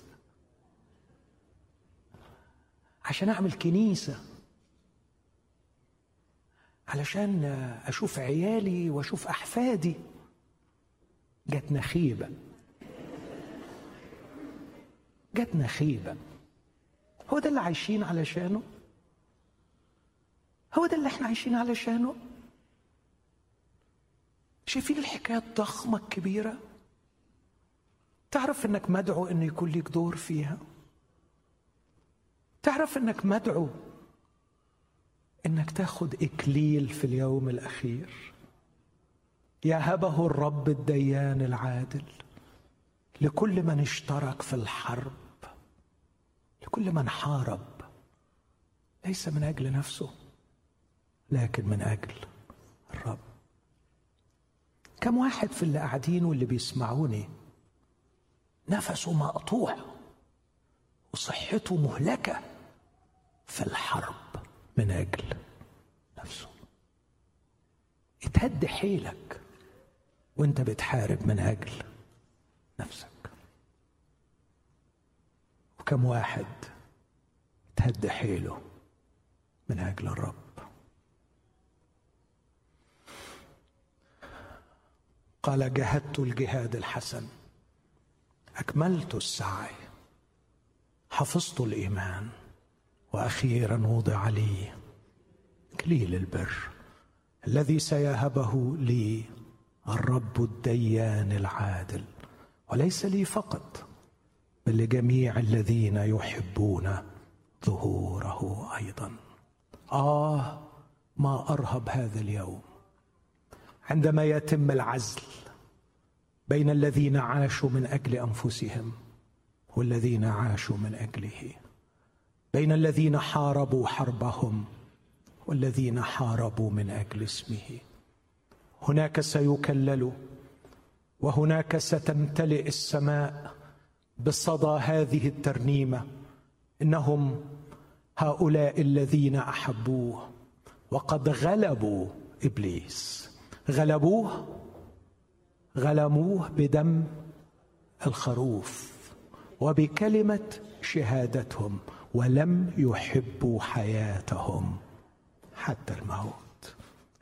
S1: عشان أعمل كنيسة، علشان أشوف عيالي وأشوف أحفادي. جاتنا خيبة، جاتنا خيبة. هو ده اللي عايشين علشانه؟ هو ده اللي احنا عايشين علشانه؟ شايفين الحكاية الضخمة الكبيرة؟ تعرف انك مدعو انه يكون لك دور فيها؟ تعرف انك مدعو انك تاخد اكليل في اليوم الاخير يهبه الرب الديان العادل لكل من اشترك في الحرب، لكل من حارب ليس من اجل نفسه لكن من اجل الرب. كم واحد في اللي قاعدين واللي بيسمعوني نفسه مقطوع وصحته مهلكة في الحرب من أجل نفسه. اتهد حيلك وانت بتحارب من أجل نفسك. وكم واحد اتهد حيله من أجل الرب. قال جاهدت الجهاد الحسن، أكملت السعي، حفظت الإيمان، وأخيرا وضع لي إكليل البر الذي سيهبه لي الرب الديان العادل، وليس لي فقط بل لجميع الذين يحبون ظهوره أيضا. ما أرهب هذا اليوم عندما يتم العزل بين الذين عاشوا من أجل أنفسهم والذين عاشوا من أجله، بين الذين حاربوا حربهم والذين حاربوا من أجل اسمه. هناك سيكلل، وهناك ستمتلئ السماء بصدى هذه الترنيمة: إنهم هؤلاء الذين أحبوه وقد غلبوا إبليس. غلبوه بدم الخروف وبكلمة شهادتهم، ولم يحبوا حياتهم حتى الموت.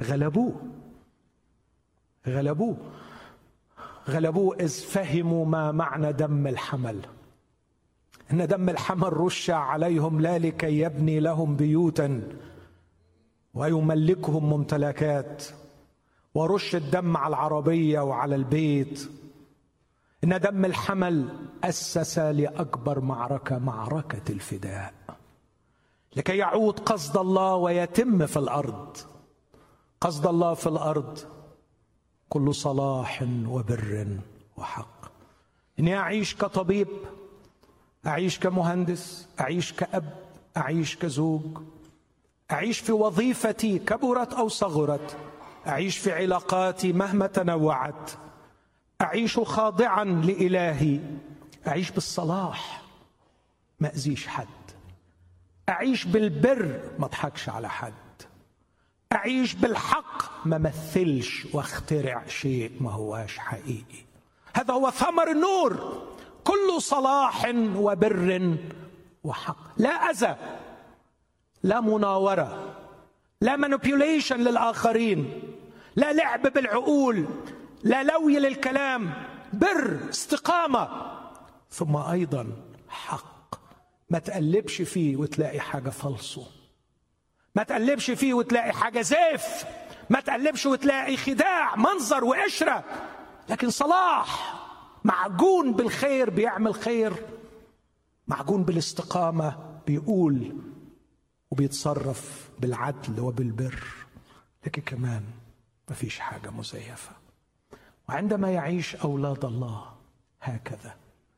S1: غلبوه إذ فهموا ما معنى دم الحمل. إن دم الحمل رش عليهم لا لكي يبني لهم بيوتا ويملكهم ممتلكات، ورش الدم على العربية وعلى البيت. إن دم الحمل أسس لأكبر معركة، معركة الفداء، لكي يعود قصد الله ويتم في الأرض. قصد الله في الأرض كل صلاح وبر وحق. إني أعيش كطبيب، أعيش كمهندس، أعيش كأب، أعيش كزوج، أعيش في وظيفتي كبرت أو صغرت، أعيش في علاقاتي مهما تنوعت، أعيش خاضعا لإلهي، أعيش بالصلاح ما أذيش حد، أعيش بالبر ما أضحكش على حد، أعيش بالحق ما مثلش واخترع شيء ما هواش حقيقي. هذا هو ثمر النور، كل صلاح وبر وحق. لا أذى، لا مناورة، لا manipulation للآخرين، لا لعب بالعقول، لا لوي للكلام، بر، استقامة، ثم أيضا حق. ما تقلبش فيه وتلاقي حاجة فالصو، ما تقلبش فيه وتلاقي حاجة زيف، ما تقلبش وتلاقي خداع، منظر وقشرة، لكن صلاح معجون بالخير بيعمل خير، معجون بالاستقامة بيقول وبيتصرف بالعدل وبالبر، لكن كمان ما فيش حاجة مزيفة. وعندما يعيش أولاد الله هكذا،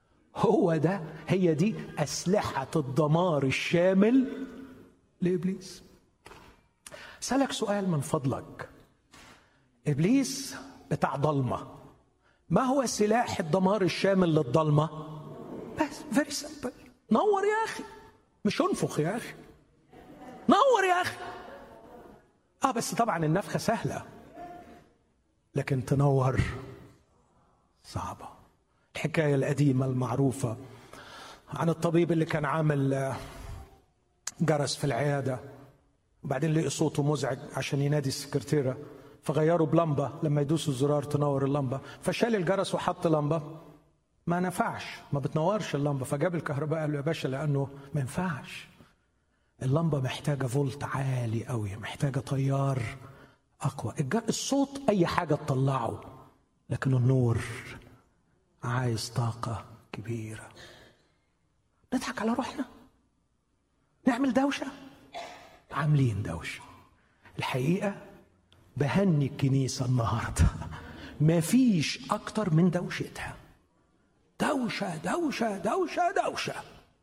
S1: هي دي أسلحة الدمار الشامل لإبليس. سألك سؤال من فضلك: إبليس بتاع ضلمة، ما هو سلاح الدمار الشامل للضلمة؟ بس very simple، نور يا أخي، مش انفخ يا أخي، نور يا أخي. بس طبعا النفخة سهلة، لكن تنور صعبة. الحكاية القديمة المعروفة عن الطبيب اللي كان عامل جرس في العيادة، وبعدين لقي صوته مزعج عشان ينادي السكرتيرة، فغيروا بلمبة، لما يدوسوا الزرار تنور اللمبة، فشال الجرس وحط لمبة ما نفعش، ما بتنورش اللمبة. فجاب الكهرباء قال له يا باشا لأنه ما ينفعش، اللمبة محتاجة فولت عالي قوي، محتاجة تيار أقوى. الصوت أي حاجة تطلعه، لكن النور عايز طاقة كبيرة. نضحك على روحنا، نعمل دوشة، عاملين دوشة. الحقيقة بهني الكنيسة النهاردة، ما فيش أكتر من دوشتها. دوشة دوشة دوشة دوشة،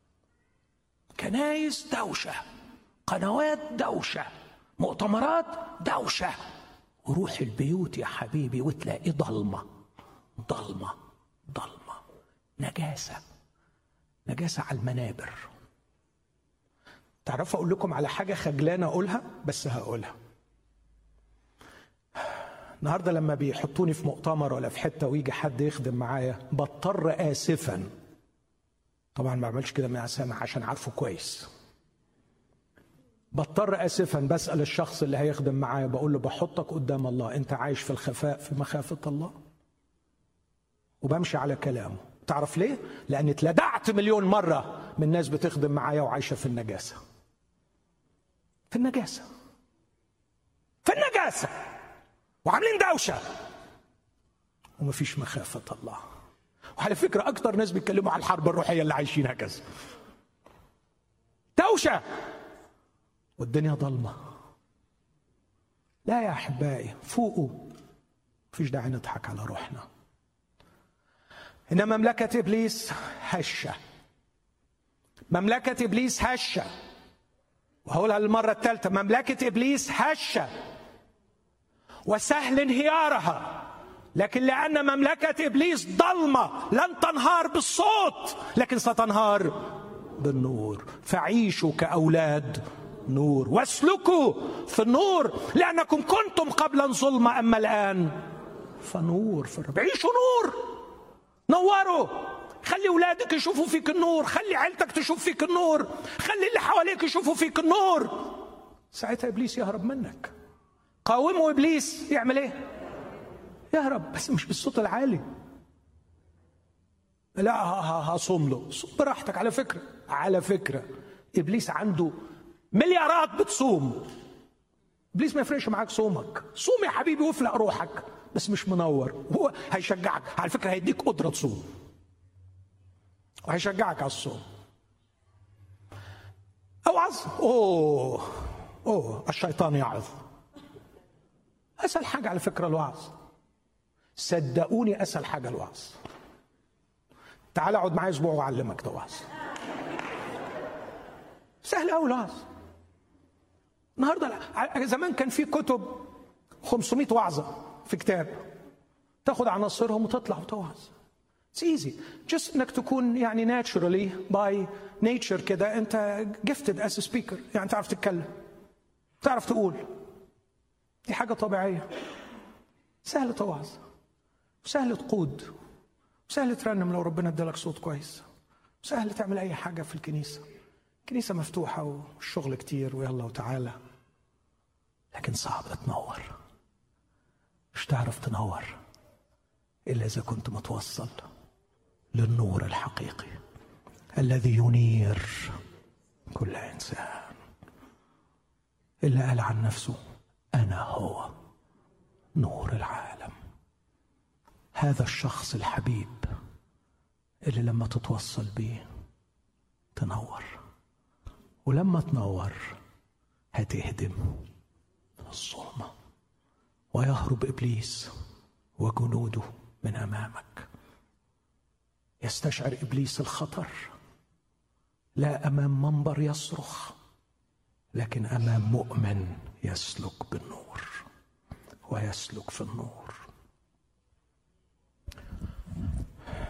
S1: كنايس دوشة، قنوات دوشة، مؤتمرات دوشة، وروح البيوت يا حبيبي وتلاقي ضلمة ضلمة ضلمة، نجاسة نجاسة على المنابر. تعرفوا أقول لكم على حاجة خجلانة أقولها، بس هقولها. النهاردة لما بيحطوني في مؤتمر ولا في حتة ويجي حد يخدم معايا، بضطر آسفا، طبعا ما بعملش كده مع سامح عشان عارفه كويس، بضطر آسفا بسأل الشخص اللي هيخدم معايا، بقول له بحطك قدام الله، أنت عايش في الخفاء في مخافة الله؟ وبمشي على كلامه. تعرف ليه؟ لأن اتلدعت مليون مرة من ناس بتخدم معايا وعايشة في النجاسة، في النجاسة، في النجاسة، وعاملين دوشة ومفيش مخافة الله. وعلى فكرة أكتر ناس بيتكلموا على الحرب الروحية اللي عايشين هكذا، دوشة والدنيا ضلمة. لا يا أحبائي، فوقوا، مفيش داعي نضحك على روحنا. إن مملكة إبليس هشة، مملكة إبليس هشة، وهقولها للمرة الثالثة، مملكة إبليس هشة وسهل انهيارها، لكن لأن مملكة إبليس ضلمة لن تنهار بالصوت، لكن ستنهار بالنور. فعيشوا كأولاد نور واسلكوا في النور، لأنكم كنتم قبلا ظلمة أما الآن فنور في الرب. عيشوا نور، نوروا، خلي أولادك يشوفوا فيك النور، خلي عيلتك تشوف فيك النور، خلي اللي حواليك يشوفوا فيك النور. ساعتها إبليس يهرب منك. قاوموا إبليس يعمل إيه؟ يهرب، بس مش بالصوت العالي. لا هصوم له، صوم براحتك. على فكرة إبليس عنده مليارات بتصوم. إبليس ما يفرقش معاك صومك، صوم يا حبيبي وافلق روحك، بس مش منور. هو هيشجعك على فكرة، هيديك قدرة تصوم وهيشجعك على الصوم. اوعظ، الشيطان يعظ. أسهل حاجة على فكرة الوعظ، صدقوني أسهل حاجة الوعظ. تعال اقعد معايا أسبوع وأعلمك توعظ، سهل أوي الوعظ. النهارده زمان كان في كتب 500 وعظة في كتاب، تاخد عناصرهم وتطلع وتوعظ. It's easy. just انك تكون يعني naturally by nature كده، انت gifted as a speaker، يعني تعرف تتكلم، تعرف تقول، دي حاجة طبيعية. سهل توعظ، وسهل تقود، وسهل ترنم لو ربنا ادالك صوت كويس، وسهل تعمل اي حاجة في الكنيسة. الكنيسة مفتوحة والشغل كتير ويلا وتعالى، لكن صعب تنور. مش تعرف تنور إلا إذا كنت متوصل للنور الحقيقي الذي ينير كل إنسان، اللي قال عن نفسه أنا هو نور العالم. هذا الشخص الحبيب اللي لما تتوصل بيه تنور، ولما تنور هتهدم الظلمة، ويهرب إبليس وجنوده من أمامك. يستشعر إبليس الخطر، لا أمام منبر يصرخ، لكن أمام مؤمن يسلك بالنور ويسلك في النور.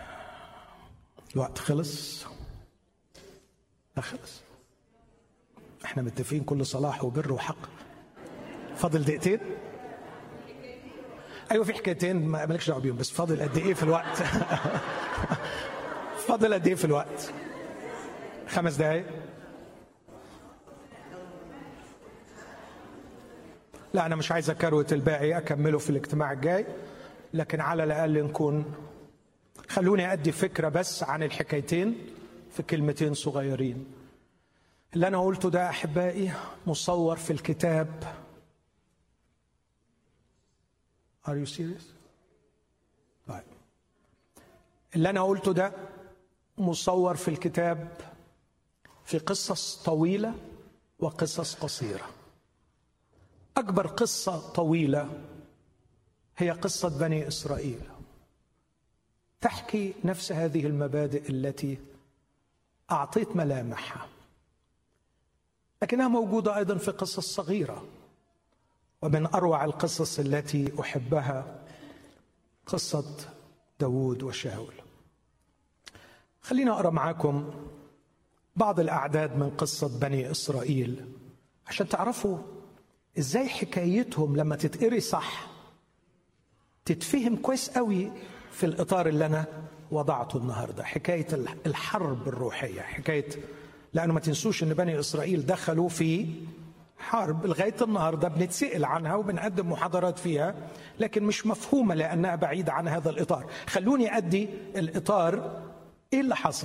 S1: الوقت خلص؟ لا خلص. احنا متفقين كل صلاح وبر وحق. فاضل دقيقتين. ايوه في حكايتين مالكش دعوه بيهم، بس فاضل قد ايه في الوقت؟ فاضل قد ايه في الوقت؟ 5 دقايق. لا انا مش عايز اكروت الباقي، اكمله في الاجتماع الجاي، لكن على الاقل نكون، خلوني ادي فكره بس عن الحكايتين في كلمتين صغيرين. اللي انا قلته ده احبائي مصور في الكتاب. Are you serious؟ طيب. اللي انا قلته ده مصور في الكتاب في قصص طويلة وقصص قصيرة. أكبر قصة طويلة هي قصة بني إسرائيل، تحكي نفس هذه المبادئ التي أعطيت ملامحها، لكنها موجودة أيضا في قصص صغيرة. ومن أروع القصص التي أحبها قصة داود وشاول. خلينا أقرأ معاكم بعض الأعداد من قصة بني إسرائيل عشان تعرفوا إزاي حكايتهم لما تتقري صح تتفهم كويس قوي في الإطار اللي أنا وضعته النهاردة. حكاية الحرب الروحية، حكاية، لأنه ما تنسوش أن بني إسرائيل دخلوا في حرب لغاية النهاردة بنتسأل عنها وبنقدم محاضرات فيها، لكن مش مفهومة لأنها بعيدة عن هذا الإطار. خلوني أدي الإطار. إيه اللي حصل؟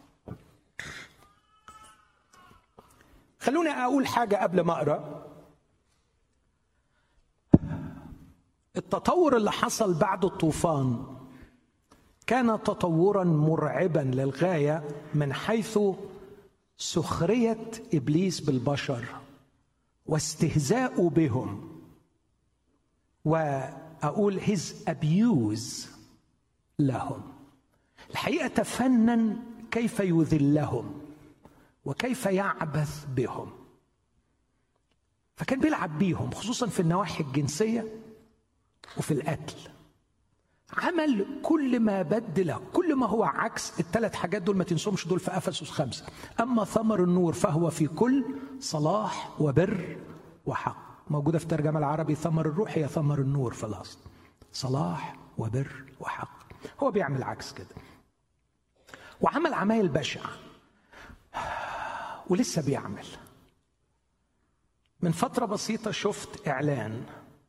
S1: خلوني أقول حاجة قبل ما أقرأ. التطور اللي حصل بعد الطوفان كان تطورا مرعبا للغاية من حيث سخرية إبليس بالبشر واستهزاء بهم، وأقول his abuse لهم. الحقيقة تفنن كيف يذلهم وكيف يعبث بهم، فكان بيلعب بيهم خصوصا في النواحي الجنسية وفي القتل. عمل كل ما بدله، كل ما هو عكس ال3 حاجات دول. ما تنسومش دول في أفسس 5. أما ثمر النور فهو في كل صلاح وبر وحق. موجودة في الترجمة العربي ثمر الروح هي ثمر النور في الأصل، صلاح وبر وحق. هو بيعمل عكس كده، وعمل عمايل بشعة ولسه بيعمل. من فترة بسيطة شفت إعلان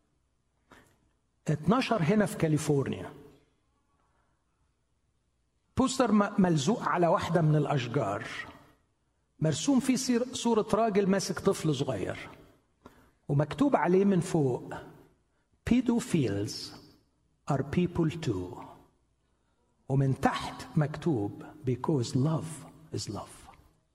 S1: 12 هنا في كاليفورنيا، بوستر ملزوق على واحدة من الأشجار، مرسوم فيه صورة راجل ماسك طفل صغير، ومكتوب عليه من فوق pedophiles are people too، ومن تحت مكتوب because love is love.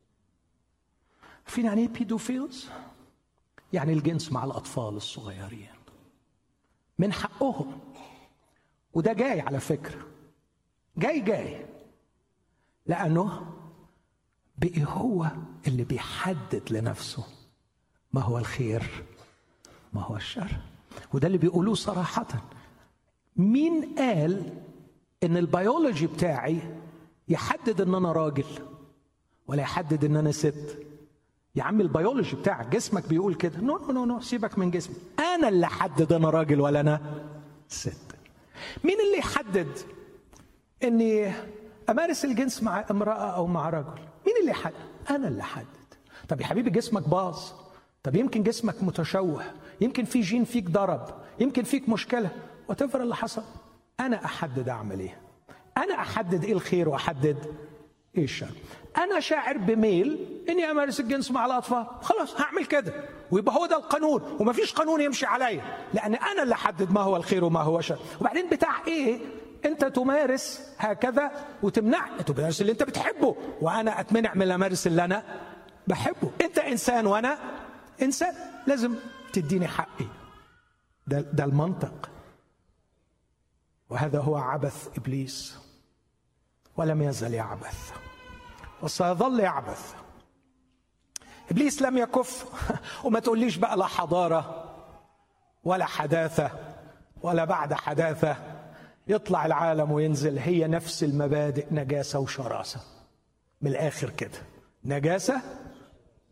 S1: فين يعني pedophiles؟ يعني الجنس مع الأطفال الصغيرين، من حقهم. وده جاي على فكرة، جاي لأنه بقي هو اللي بيحدد لنفسه ما هو الخير ما هو الشر. وده اللي بيقولوه صراحة. مين قال إن البيولوجي بتاعي يحدد إن أنا راجل ولا يحدد إن أنا ست؟ يا عم البيولوجي بتاعك جسمك بيقول كده. نو سيبك من جسمي، أنا اللي أحدد أنا راجل ولا أنا ست. مين اللي يحدد إني أمارس الجنس مع امرأة أو مع رجل؟ مين اللي يحدد؟ أنا اللي أحدد. طب يا حبيبي جسمك باظ، طب يمكن جسمك متشوه، يمكن في جين فيك ضرب، يمكن فيك مشكلة، وتفر اللي حصل. أنا أحدد أعمل إيه، أنا أحدد إيه الخير وأحدد إيه الشر. أنا شاعر بميل إني أمارس الجنس مع الأطفال، خلاص هعمل كده، ويبقى هو ده القانون، ومفيش قانون يمشي عليا، لأن أنا اللي أحدد ما هو الخير وما هو الشر. وبعدين بتاع إيه أنت تمارس هكذا وتمنع؟ تمارس اللي أنت بتحبه، وأنا أتمنع من أمارس اللي أنا بحبه. أنت إنسان وأنا إنسان، لازم تديني حقي. ده المنطق. وهذا هو عبث إبليس، ولم يزل يعبث وسيظل يعبث. إبليس لم يكف. وما تقوليش بقى لا حضارة ولا حداثة ولا بعد حداثة. يطلع العالم وينزل، هي نفس المبادئ، نجاسة وشراسة. من الآخر كده، نجاسة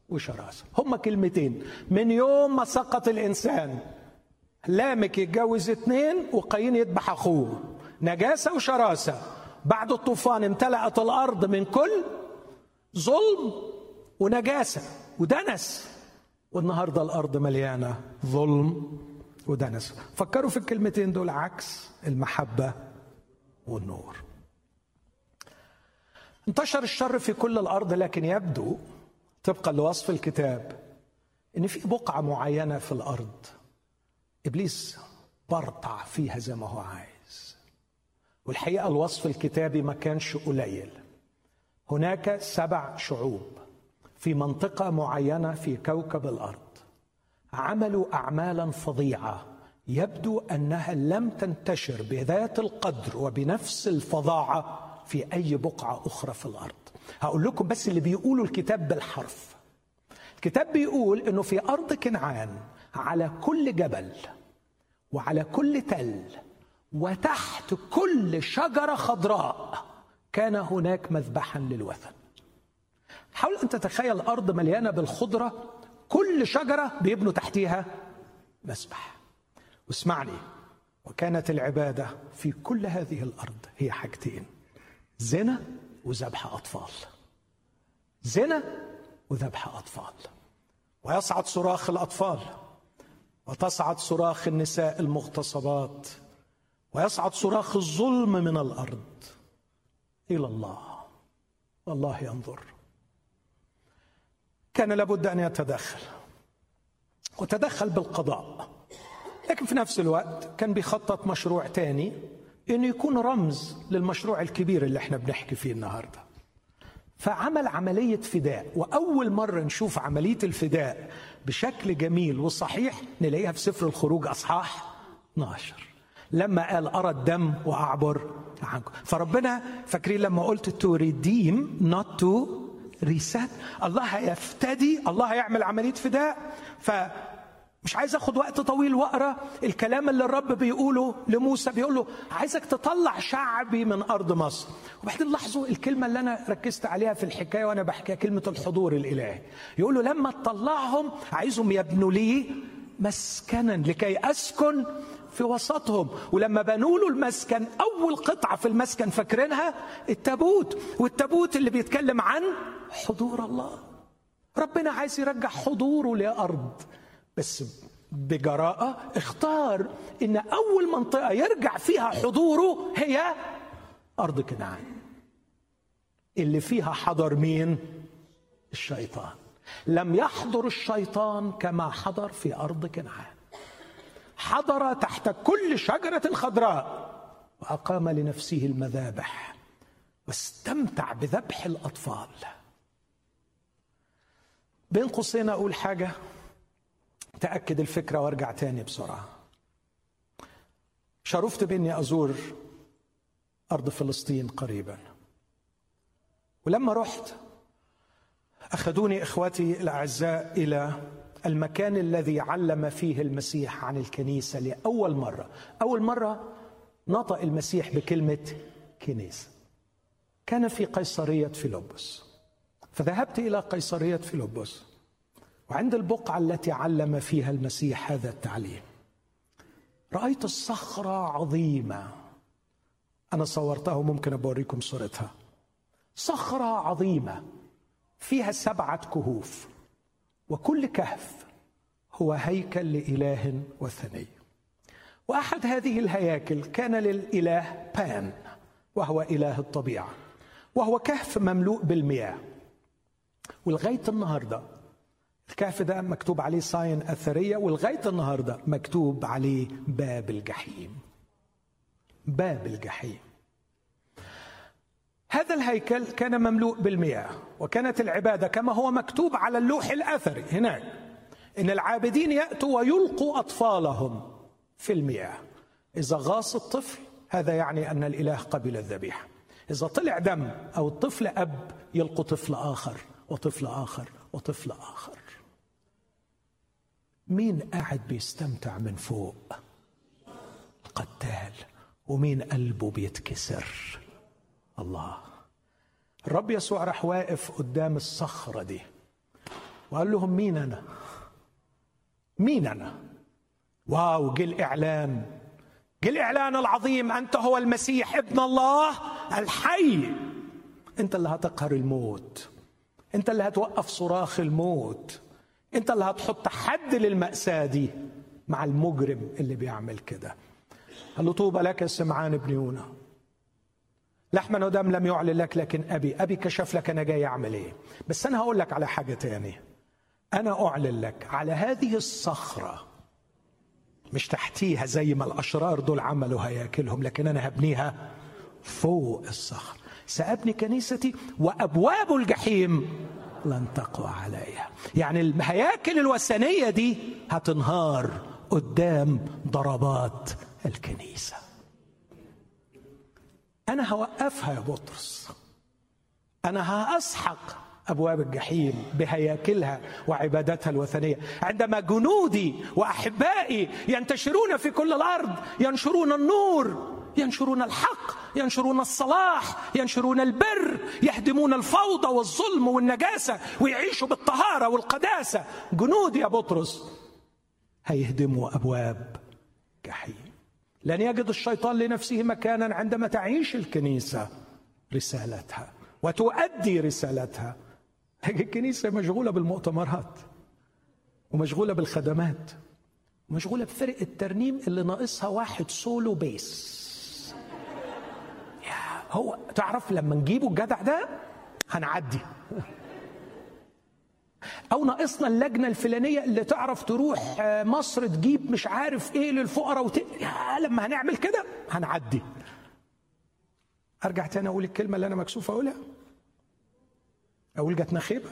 S1: وشراسة. هما كلمتين. من يوم ما سقط الإنسان، لامك يتجوز 2 وقايين يذبح أخوه، نجاسة وشراسة. بعد الطوفان امتلأت الأرض من كل ظلم ونجاسة ودنس، والنهاردة الأرض مليانة ظلم ودنس. فكروا في الكلمتين دول، عكس المحبة والنور. انتشر الشر في كل الأرض، لكن يبدو طبقا لوصف الكتاب إن في بقعة معينة في الأرض إبليس برطع فيها زي ما هو عايز. والحقيقة الوصف الكتابي ما كانش قليل. هناك 7 شعوب في منطقة معينة في كوكب الأرض عملوا أعمالا فظيعة يبدو أنها لم تنتشر بذات القدر وبنفس الفظاعة في أي بقعة أخرى في الأرض. هقول لكم بس اللي بيقولوا الكتاب بالحرف. الكتاب بيقول أنه في أرض كنعان على كل جبل وعلى كل تل وتحت كل شجرة خضراء كان هناك مذبحا للوثن. حاول أن تتخيل الأرض مليانة بالخضرة، كل شجرة بيبنوا تحتيها مسبح. واسمعني، وكانت العبادة في كل هذه الأرض هي حاجتين: زنا وذبح أطفال. زنا وذبح أطفال. ويصعد صراخ الأطفال، وتصعد صراخ النساء المغتصبات، ويصعد صراخ الظلم من الأرض إلى الله. والله ينظر. كان لابد أن يتدخل، وتدخل بالقضاء، لكن في نفس الوقت كان بيخطط مشروع تاني إنه يكون رمز للمشروع الكبير اللي احنا بنحكي فيه النهاردة. فعمل عملية فداء، وأول مرة نشوف عملية الفداء بشكل جميل وصحيح نلاقيها في سفر الخروج أصحاح 12 لما قال أرى الدم وأعبر عنكم. فربنا فاكرين لما قلت to redeem not to reset، الله هيفتدي، الله هيعمل عملية فداء. فمش عايز أخد وقت طويل وأقرأ الكلام اللي الرب بيقوله لموسى، بيقول له عايزك تطلع شعبي من أرض مصر. وبعدين لاحظوا الكلمة اللي أنا ركزت عليها في الحكاية وأنا بحكي، كلمة الحضور الإلهي. يقول له لما تطلعهم عايزهم يبنوا لي مسكنا لكي أسكن في وسطهم. ولما بنوا له المسكن، أول قطعة في المسكن فاكرينها التابوت، والتابوت اللي بيتكلم عن حضور الله. ربنا عايز يرجع حضوره لأرض، بس بجراءة اختار إن أول منطقة يرجع فيها حضوره هي أرض كنعان، اللي فيها حضر مين؟ الشيطان. لم يحضر الشيطان كما حضر في أرض كنعان. حضر تحت كل شجرة خضراء وأقام لنفسه المذابح واستمتع بذبح الأطفال. بين قوسين أقول حاجة تأكد الفكرة وارجع تاني بسرعة. شرفت بإني أزور أرض فلسطين قريبا، ولما رحت أخذوني إخوتي الأعزاء إلى المكان الذي علم فيه المسيح عن الكنيسة لأول مرة. أول مرة نطق المسيح بكلمة كنيسة كان في قيصرية فيلبس. فذهبت إلى قيصرية فيلبس، وعند البقعة التي علم فيها المسيح هذا التعليم رأيت الصخرة عظيمة. أنا صورتها وممكن أوريكم صورتها. صخرة عظيمة فيها 7 كهوف، وكل كهف هو هيكل لإله وثني. وأحد هذه الهياكل كان للإله بان، وهو إله الطبيعة، وهو كهف مملوء بالمياه. ولغاية النهاردة الكهف ده مكتوب عليه صاين أثرية، ولغاية النهاردة مكتوب عليه باب الجحيم. باب الجحيم. هذا الهيكل كان مملوء بالمياه، وكانت العبادة كما هو مكتوب على اللوح الأثري هناك إن العابدين يأتوا ويلقوا أطفالهم في المياه. إذا غاص الطفل هذا يعني أن الإله قبل الذبيحة. إذا طلع دم أو الطفل أب يلقوا طفل آخر وطفل آخر وطفل آخر. مين قاعد بيستمتع من فوق؟ القتال. ومين قلبه بيتكسر؟ الله. الرب يسوع راح واقف قدام الصخرة دي وقال لهم مين أنا؟ مين أنا؟ واو، جه الإعلان، جه الإعلان العظيم: أنت هو المسيح ابن الله الحي. أنت اللي هتقهر الموت، أنت اللي هتوقف صراخ الموت، أنت اللي هتحط حد للمأساة دي مع المجرم اللي بيعمل كده. قال له: طوبى لك يا سمعان ابن يونا، لحما ودم لم يعلن لك، لكن أبي كشف لك أنا جاي أعمل إيه. بس أنا هقول لك على حاجة تانية، أنا أعلن لك على هذه الصخرة، مش تحتيها زي ما الأشرار دول عملوا هياكلهم، لكن أنا هبنيها فوق الصخر. سأبني كنيستي وأبواب الجحيم لن تقوى عليها. يعني الهياكل الوثنية دي هتنهار قدام ضربات الكنيسة. أنا هوقفها يا بطرس، أنا هأسحق أبواب الجحيم بهياكلها وعبادتها الوثنية. عندما جنودي وأحبائي ينتشرون في كل الأرض، ينشرون النور، ينشرون الحق، ينشرون الصلاح، ينشرون البر، يهدمون الفوضى والظلم والنجاسة، ويعيشوا بالطهارة والقداسة. جنودي يا بطرس هيهدموا أبواب جحيم. لن يجد الشيطان لنفسه مكانا عندما تعيش الكنيسة رسالتها وتؤدي رسالتها. الكنيسة مشغولة بالمؤتمرات، ومشغولة بالخدمات، ومشغولة بفرق الترنيم اللي ناقصها واحد سولو بيس. هو تعرف لما نجيبه الجدع ده هنعدي. أو ناقصنا اللجنة الفلانية اللي تعرف تروح مصر تجيب مش عارف إيه للفقراء لما هنعمل كده هنعدي. أرجع تاني أقول الكلمة اللي أنا مكسوف أقولها، أقول جاتنا خيبة.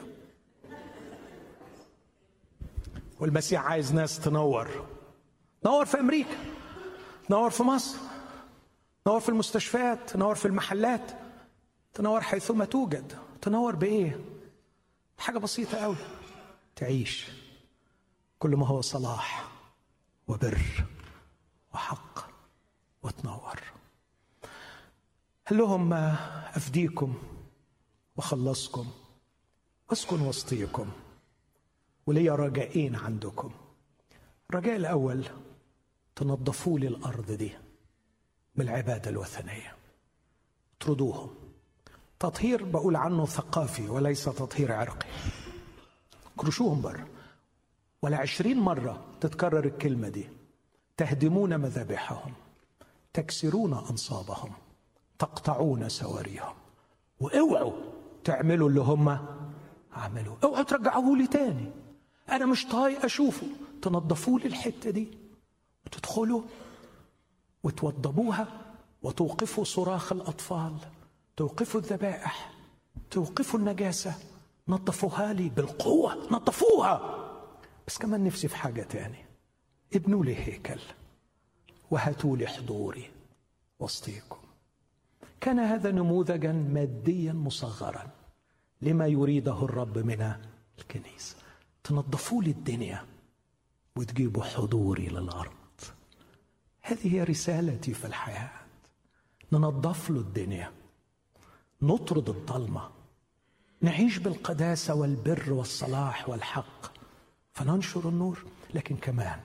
S1: والمسيح عايز ناس تنور في أمريكا، تنور في مصر، تنور في المستشفيات، تنور في المحلات، تنور حيثما توجد. تنور بإيه؟ حاجة بسيطة قوي، تعيش كل ما هو صلاح وبر وحق وتنور. قال لهم: أفديكم وخلصكم واسكن وسطيكم، ولي رجائين عندكم. الرجاء الأول: تنظفوا لي الأرض دي من العبادة الوثنية، اطردوهم. تطهير بقول عنه ثقافي وليس تطهير عرقي. كرشوهم بره. ولا 20 مرة تتكرر الكلمة دي: تهدمون مذابحهم، تكسرون أنصابهم، تقطعون سواريهم. واوعوا تعملوا اللي هم عملوا، اوعوا ترجعوه لي تاني، انا مش طايق اشوفه. تنظفوا لي الحته دي وتدخلوا وتوضبوها وتوقفوا صراخ الاطفال، توقفوا الذبائح، توقفوا النجاسه، نظفوها لي بالقوه، نظفوها. بس كمان نفسي في حاجه تاني: ابنوا لي هيكل وهاتوا لي حضوري وسطيكم. كان هذا نموذجا ماديا مصغرا لما يريده الرب من الكنيسة. تنظفوا لي الدنيا وتجيبوا حضوري للأرض. هذه هي رسالتي في الحياة، ننظف له الدنيا، نطرد الظلمة، نعيش بالقداسة والبر والصلاح والحق، فننشر النور، لكن كمان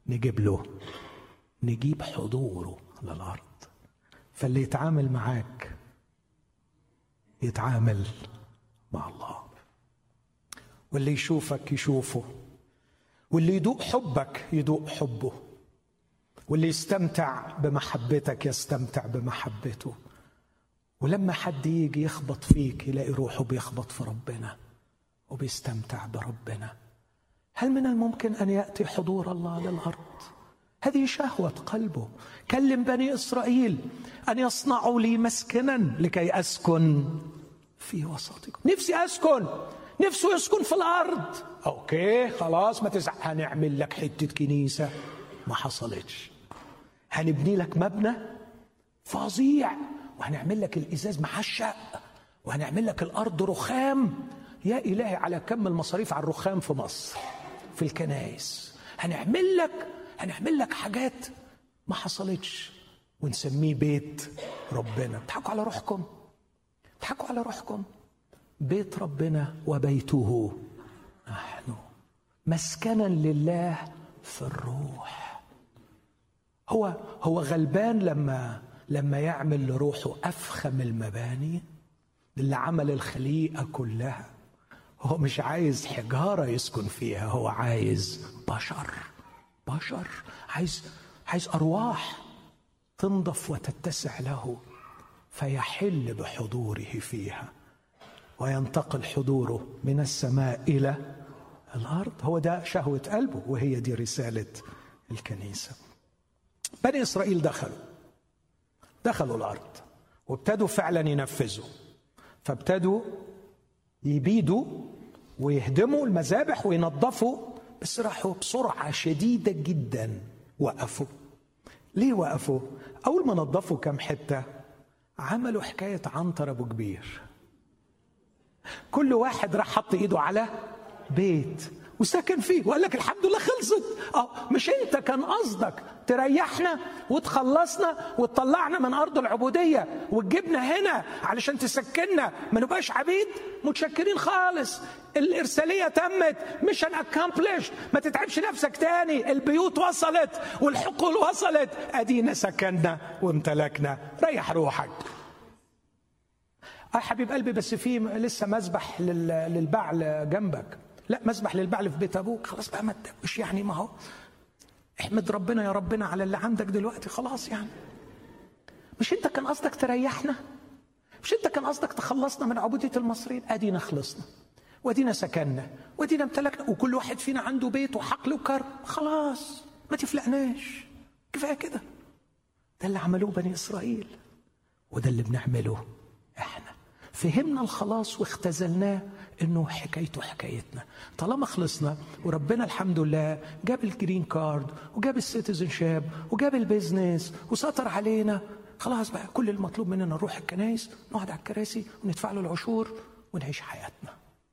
S1: نجيب حضوره للأرض. فاللي يتعامل معاك يتعامل مع الله، واللي يشوفك يشوفه، واللي يدوق حبك يدوق حبه، واللي يستمتع بمحبتك يستمتع بمحبته. ولما حد يجي يخبط فيك يلاقي روحه بيخبط في ربنا وبيستمتع بربنا. هل من الممكن أن يأتي حضور الله للأرض؟ هذه شهوة قلبه. كلم بني إسرائيل أن يصنعوا لي مسكنا لكي أسكن في وسطكم. نفسي أسكن، نفسه يسكن في الأرض. أوكي خلاص ما تزعل، هنعمل لك حتة كنيسة. ما حصلتش. هنبني لك مبنى فظيع، وهنعمل لك الإزاز محشق، وهنعمل لك الأرض رخام. يا إلهي على كم المصاريف على الرخام في مصر في الكنائس. هنعمل لك حاجات ما حصلتش، ونسميه بيت ربنا. بتضحكوا على روحكم. بيت ربنا وبيته نحن مسكنا لله في الروح. هو غلبان لما يعمل لروحه أفخم المباني اللي عمل الخليقة كلها. هو مش عايز حجارة يسكن فيها، هو عايز بشر، عايز أرواح تنضف وتتسع له، فيحل بحضوره فيها وينتقل حضوره من السماء إلى الأرض. هو ده شهوة قلبه، وهي دي رسالة الكنيسة. بني إسرائيل دخلوا الأرض وابتدوا فعلا ينفذوا، فابتدوا يبيدوا ويهدموا المذابح وينظفوا، بس راحوا بسرعة شديدة جدا وقفوا. ليه وقفوا؟ أول ما نظفوا كم حتة عملوا حكاية عنتر أبو كبير. كل واحد راح حط إيده على بيت وسكن فيه وقال لك الحمد لله خلصت. مش انت كان قصدك تريحنا وتخلصنا وتطلعنا من أرض العبودية وتجيبنا هنا علشان تسكننا ما نبقاش عبيد؟ متشكرين خالص، الإرسالية تمت، ميشن أكامبليش، ما تتعبش نفسك تاني، البيوت وصلت والحقول وصلت، أدينا سكننا وامتلكنا، ريح روحك. حبيب قلبي بس في لسه مذبح للبعل جنبك. لا، مذبح للبعل في بيت أبوك، خلاص بقى ما تدبش يعني، ما هو احمد ربنا يا ربنا على اللي عندك دلوقتي، خلاص يعني. مش انت كان قصدك تريحنا؟ مش انت كان قصدك تخلصنا من عبودية المصريين؟ ادينا خلصنا وادينا سكننا وادينا امتلكنا، وكل واحد فينا عنده بيت وحقل وكرم، خلاص ما تفلقناش، كفايه كده. ده اللي عملوه بني إسرائيل، وده اللي بنعمله احنا. فهمنا الخلاص واختزلناه انه حكايته حكايتنا. طالما خلصنا وربنا الحمد لله جاب الجرين كارد وجاب السيتيزن شاب وجاب البيزنس وسطر علينا، خلاص بقى كل المطلوب مننا نروح الكنائس، نقعد على الكراسي وندفع له العشور ونعيش حياتنا.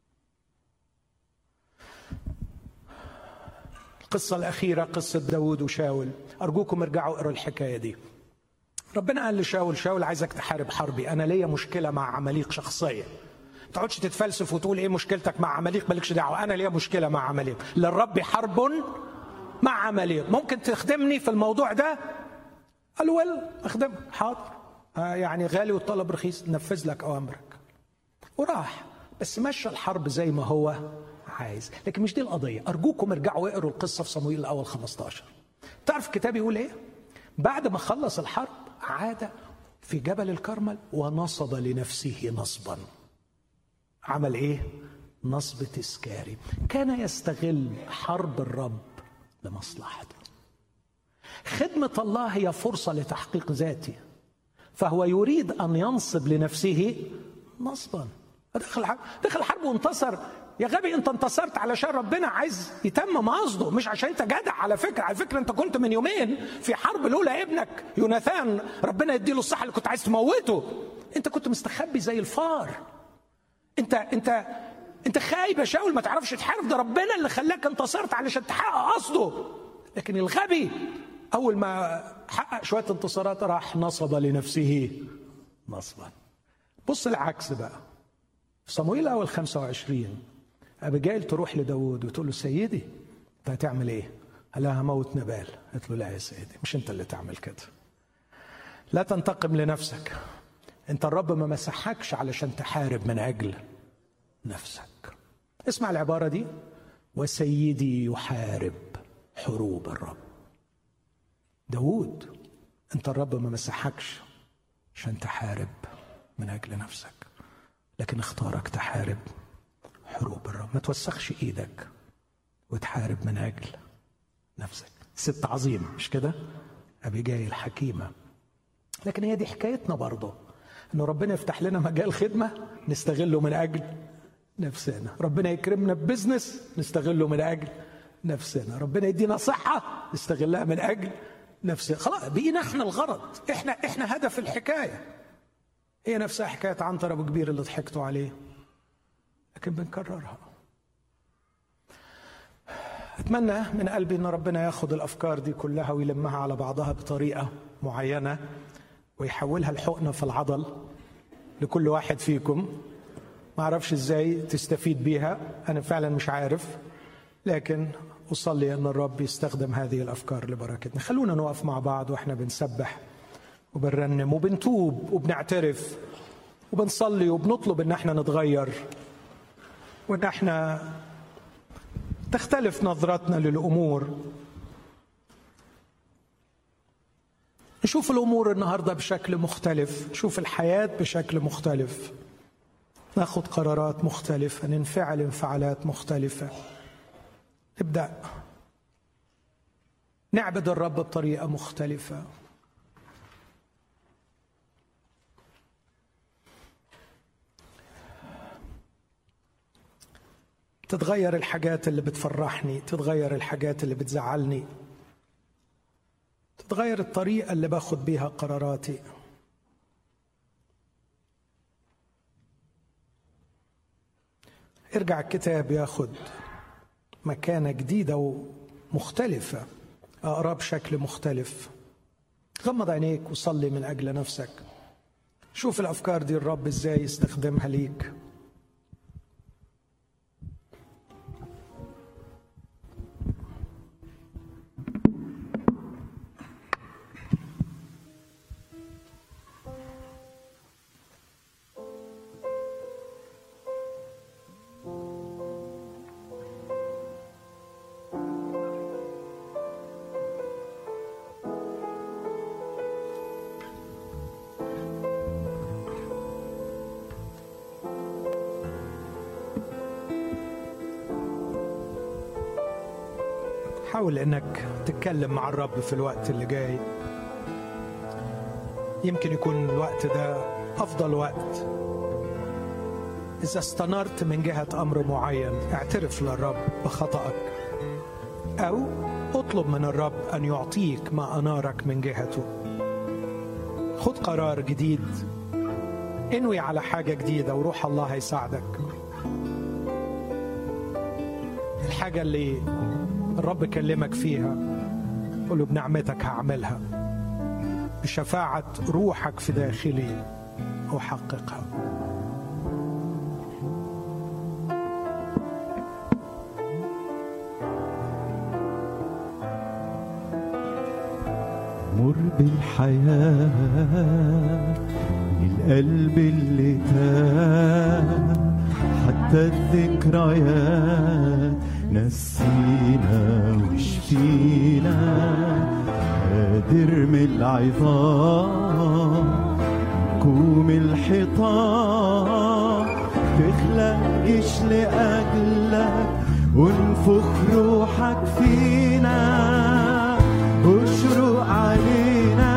S1: القصة الأخيرة قصة داود وشاول. أرجوكم ارجعوا اقروا الحكاية دي. ربنا قال لشاول: شاول عايزك تحارب حربي، أنا ليا مشكلة مع عماليق شخصية. ما تقعدش تتفلسف وتقول إيه مشكلتك مع عماليق، مالكش دعوة، أنا ليا مشكلة مع عماليق. للرب حرب مع عماليق. ممكن تخدمني في الموضوع ده؟ قال له أخدمك، حاضر، يعني غالي والطلب رخيص، نفذ لك أوامرك. وراح، بس مشى الحرب زي ما هو عايز. لكن مش دي القضية. أرجوكم ارجعوا اقروا القصة في صموئيل الأول 15. تعرف الكتاب يقول إيه؟ بعد ما خلص الحرب عاد في جبل الكرمل ونصب لنفسه نصبا. عمل إيه؟ نصب تذكاري. كان يستغل حرب الرب لمصلحته. خدمة الله هي فرصة لتحقيق ذاته، فهو يريد أن ينصب لنفسه نصبا. دخل حرب وانتصر. يا غبي، انت انتصرت علشان ربنا عايز يتمم قصده، مش عشان انت جدع. على فكرة انت كنت من يومين في حرب لولا ابنك يوناثان ربنا يديله الصحة اللي كنت عايز تموته. انت كنت مستخبي زي الفار. انت خايب يا شاول، ما تعرفش تحارب. ده ربنا اللي خلاك انتصرت علشان تحقق قصده. لكن الغبي اول ما حقق شوية انتصارات راح نصب لنفسه نصبا. بص العكس بقى. في صموئيل اول 25 أبيجايل تروح لداود وتقول له: سيدي انت هتعمل ايه؟ قال لها: هموت نبال. قالت له: لا يا سيدي، مش انت اللي تعمل كده، لا تنتقم لنفسك، انت الرب ما مسحكش علشان تحارب من اجل نفسك. اسمع العبارة دي: وسيدي يحارب حروب الرب. داود، انت الرب ما مسحكش عشان تحارب من اجل نفسك، لكن اختارك تحارب حروب الرب. ما توسخش ايدك وتحارب من اجل نفسك. ست عظيم، مش كده؟ أبيجايل حكيمة. لكن هي دي حكايتنا برضه، انه ربنا يفتح لنا مجال خدمة نستغله من اجل نفسنا. ربنا يكرمنا ببزنس نستغله من اجل نفسنا. ربنا يدينا صحة نستغلها من اجل نفسنا. خلاص بقينا احنا الغرض، احنا هدف الحكاية. هي نفسها حكاية عنتر أبو كبير اللي ضحكتوا عليه، لكن بنكررها. أتمنى من قلبي أن ربنا ياخد الأفكار دي كلها ويلمها على بعضها بطريقة معينة ويحولها الحقنة في العضل لكل واحد فيكم، ما أعرفش إزاي تستفيد بيها، أنا فعلا مش عارف، لكن أصلي أن الرب يستخدم هذه الأفكار لبركتنا. خلونا نقف مع بعض وإحنا بنسبح وبنرنم وبنتوب وبنعترف وبنصلي وبنطلب إن احنا نتغير، وإن احنا تختلف نظرتنا للأمور، نشوف الأمور النهاردة بشكل مختلف، نشوف الحياة بشكل مختلف، ناخد قرارات مختلفة، ننفعل انفعالات مختلفة، نبدأ نعبد الرب بطريقة مختلفة. تتغير الحاجات اللي بتفرحني، تتغير الحاجات اللي بتزعلني، تتغير الطريقة اللي باخد بيها قراراتي. ارجع الكتاب ياخد مكانة جديدة ومختلفة، أقرأ بشكل مختلف. غمض عينيك وصلي من أجل نفسك، شوف الأفكار دي الرب إزاي يستخدمها ليك. حاول انك تتكلم مع الرب في الوقت اللي جاي، يمكن يكون الوقت ده افضل وقت. اذا استنرت من جهة امر معين اعترف للرب بخطأك، او اطلب من الرب ان يعطيك ما انارك من جهته. خد قرار جديد، انوي على حاجة جديدة وروح الله هيساعدك. الحاجة اللي الرب كلمك فيها قل له بنعمتك هعملها، بشفاعة روحك في داخلي أحققها.
S2: مر بالحياة للقلب اللي تاه، حتى الذكريات نسينا وشفينا، قادر من العظام كوم الحيطان، تخلق جيش لأجلك ونفخ روحك فينا، اشرق علينا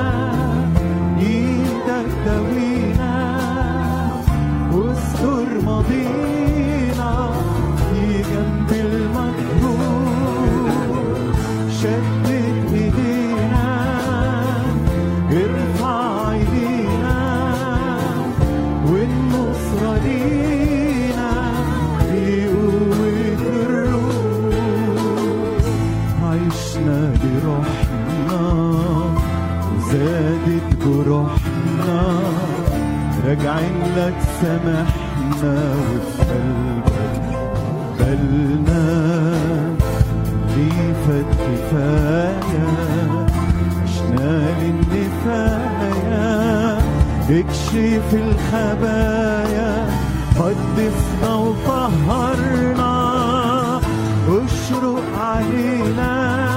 S2: ايدك داوينا، واستر ماضينا في جنب المجهول، شدد ايدينا ارفع ايدينا، والنصرة لينا بقوة الروح، عشنا لروحنا وزادت جروحنا، راجعين لك سامحنا وفي قلبك قبلنا، اللي فات كفاية عشنا للنفاية، اكشف الخبايا قدسنا وطهرنا، اشرق علينا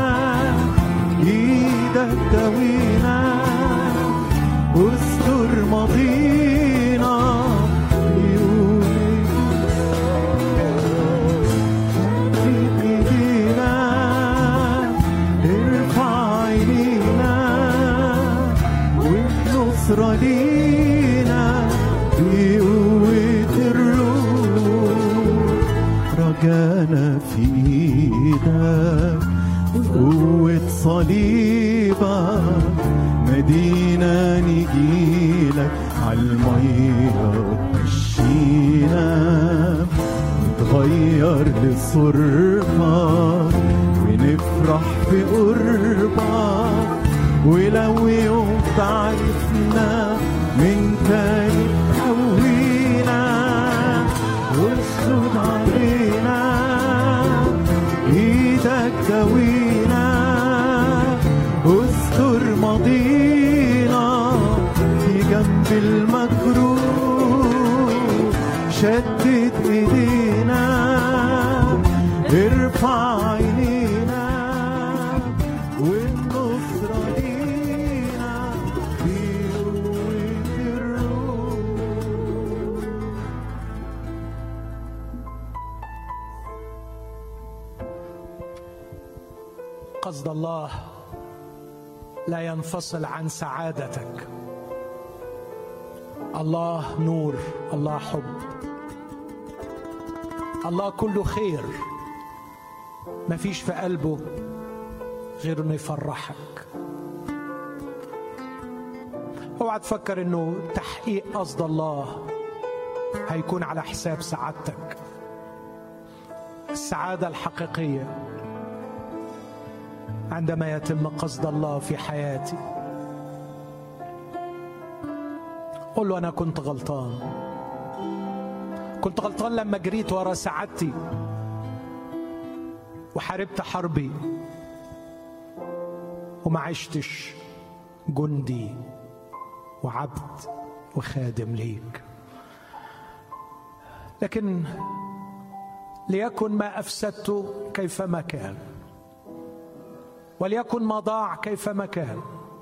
S2: ايدك داوينا، واستر ماضينا في ايدينا، ارفع عينينا والنصرة لينا بقوة الروح، رجانا في ايدك وقوة صليبك، مدينة نجيلك عالمية وتمشينا، نتغير لصربك ونفرح في قربك، ولو يوم تعرفنا من تاني تقوينا، أرضنا في جنب المجروح، شدد إيدينا ارفع عينينا والنصرة لينا في قوة الروح.
S1: قصد الله لا ينفصل عن سعادتك. الله نور، الله حب، الله كله خير، ما فيش في قلبه غير انه يفرحك. اوعى تفكر انه تحقيق قصد الله هيكون على حساب سعادتك. السعادة الحقيقية عندما يتم قصد الله في حياتي. قل له أنا كنت غلطان لما جريت ورا سعادتي وحاربت حربي وما عشتش جندي وعبد وخادم ليك. لكن ليكن ما أفسدته كيفما كان، وليكن ما ضاع كيفما كان،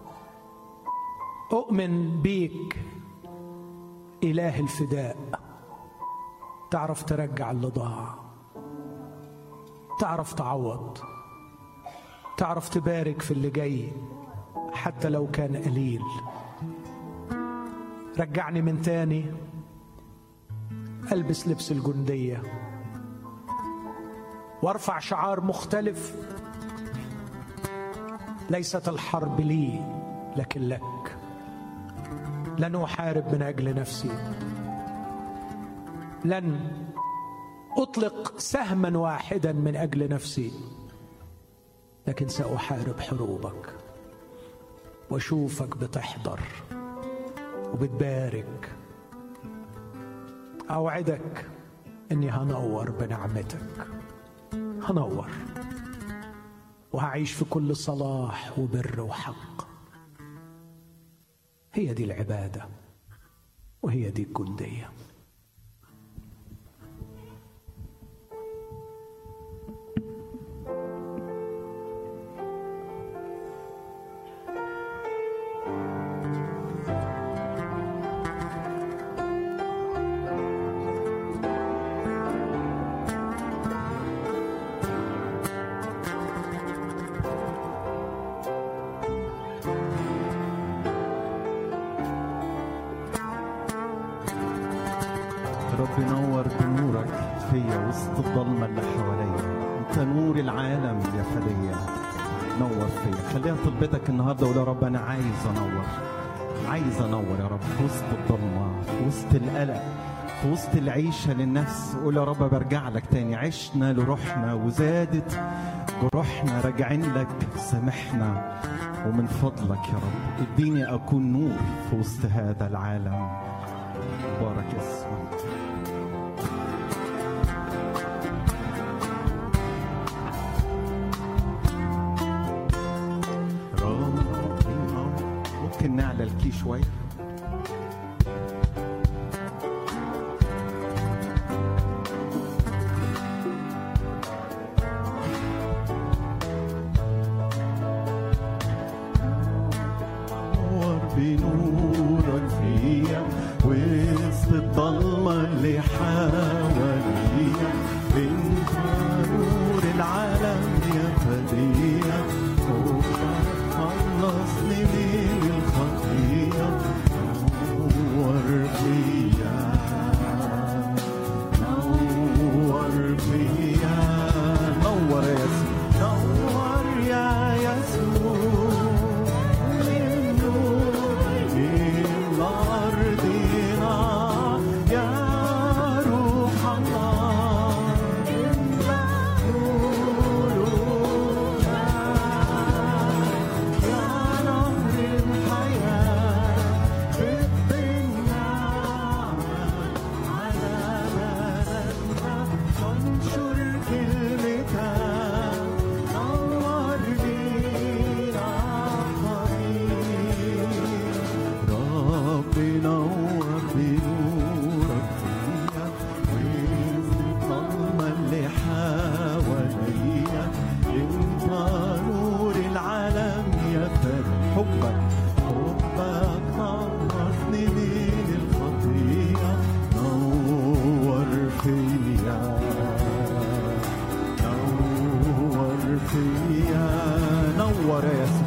S1: أؤمن بيك إله الفداء. تعرف ترجع اللي ضاع، تعرف تعوض، تعرف تبارك في اللي جاي حتى لو كان قليل. رجعني من تاني ألبس لبس الجندية وارفع شعار مختلف: ليست الحرب لي لكن لك. لن أحارب من أجل نفسي، لن أطلق سهما واحدا من أجل نفسي، لكن سأحارب حروبك وأشوفك بتحضر وبتبارك. أوعدك أني هنور بنعمتك، هنور وهعيش في كل صلاح وبر وحق. هي دي العبادة وهي دي الجندية.
S2: رب نور بنورك فيا وسط الظلمة اللي حواليا. انت نور العالم يا فدية، نور فيا. خليها طلبتك النهارده، ولا رب انا عايز انور، عايز انور يا رب في وسط الظلمة، في وسط القلق، في وسط العيشة للنفس. قول يا رب برجع لك تاني، عشنا لروحنا وزادت جروحنا، راجعين لك سامحنا، ومن فضلك يا رب اديني اكون نور في وسط هذا العالم. بارك اسمك. ممكن نعلى الكي شوية؟ نور بنورك فيا وسط الضلمة اللي حواليا. انت نور العالم يا فدية، خلصني من الخطية. نور فيا، نور فيا، نور يا يسوع، نور يا يسوع. من نور من أرضنا يا يسوع.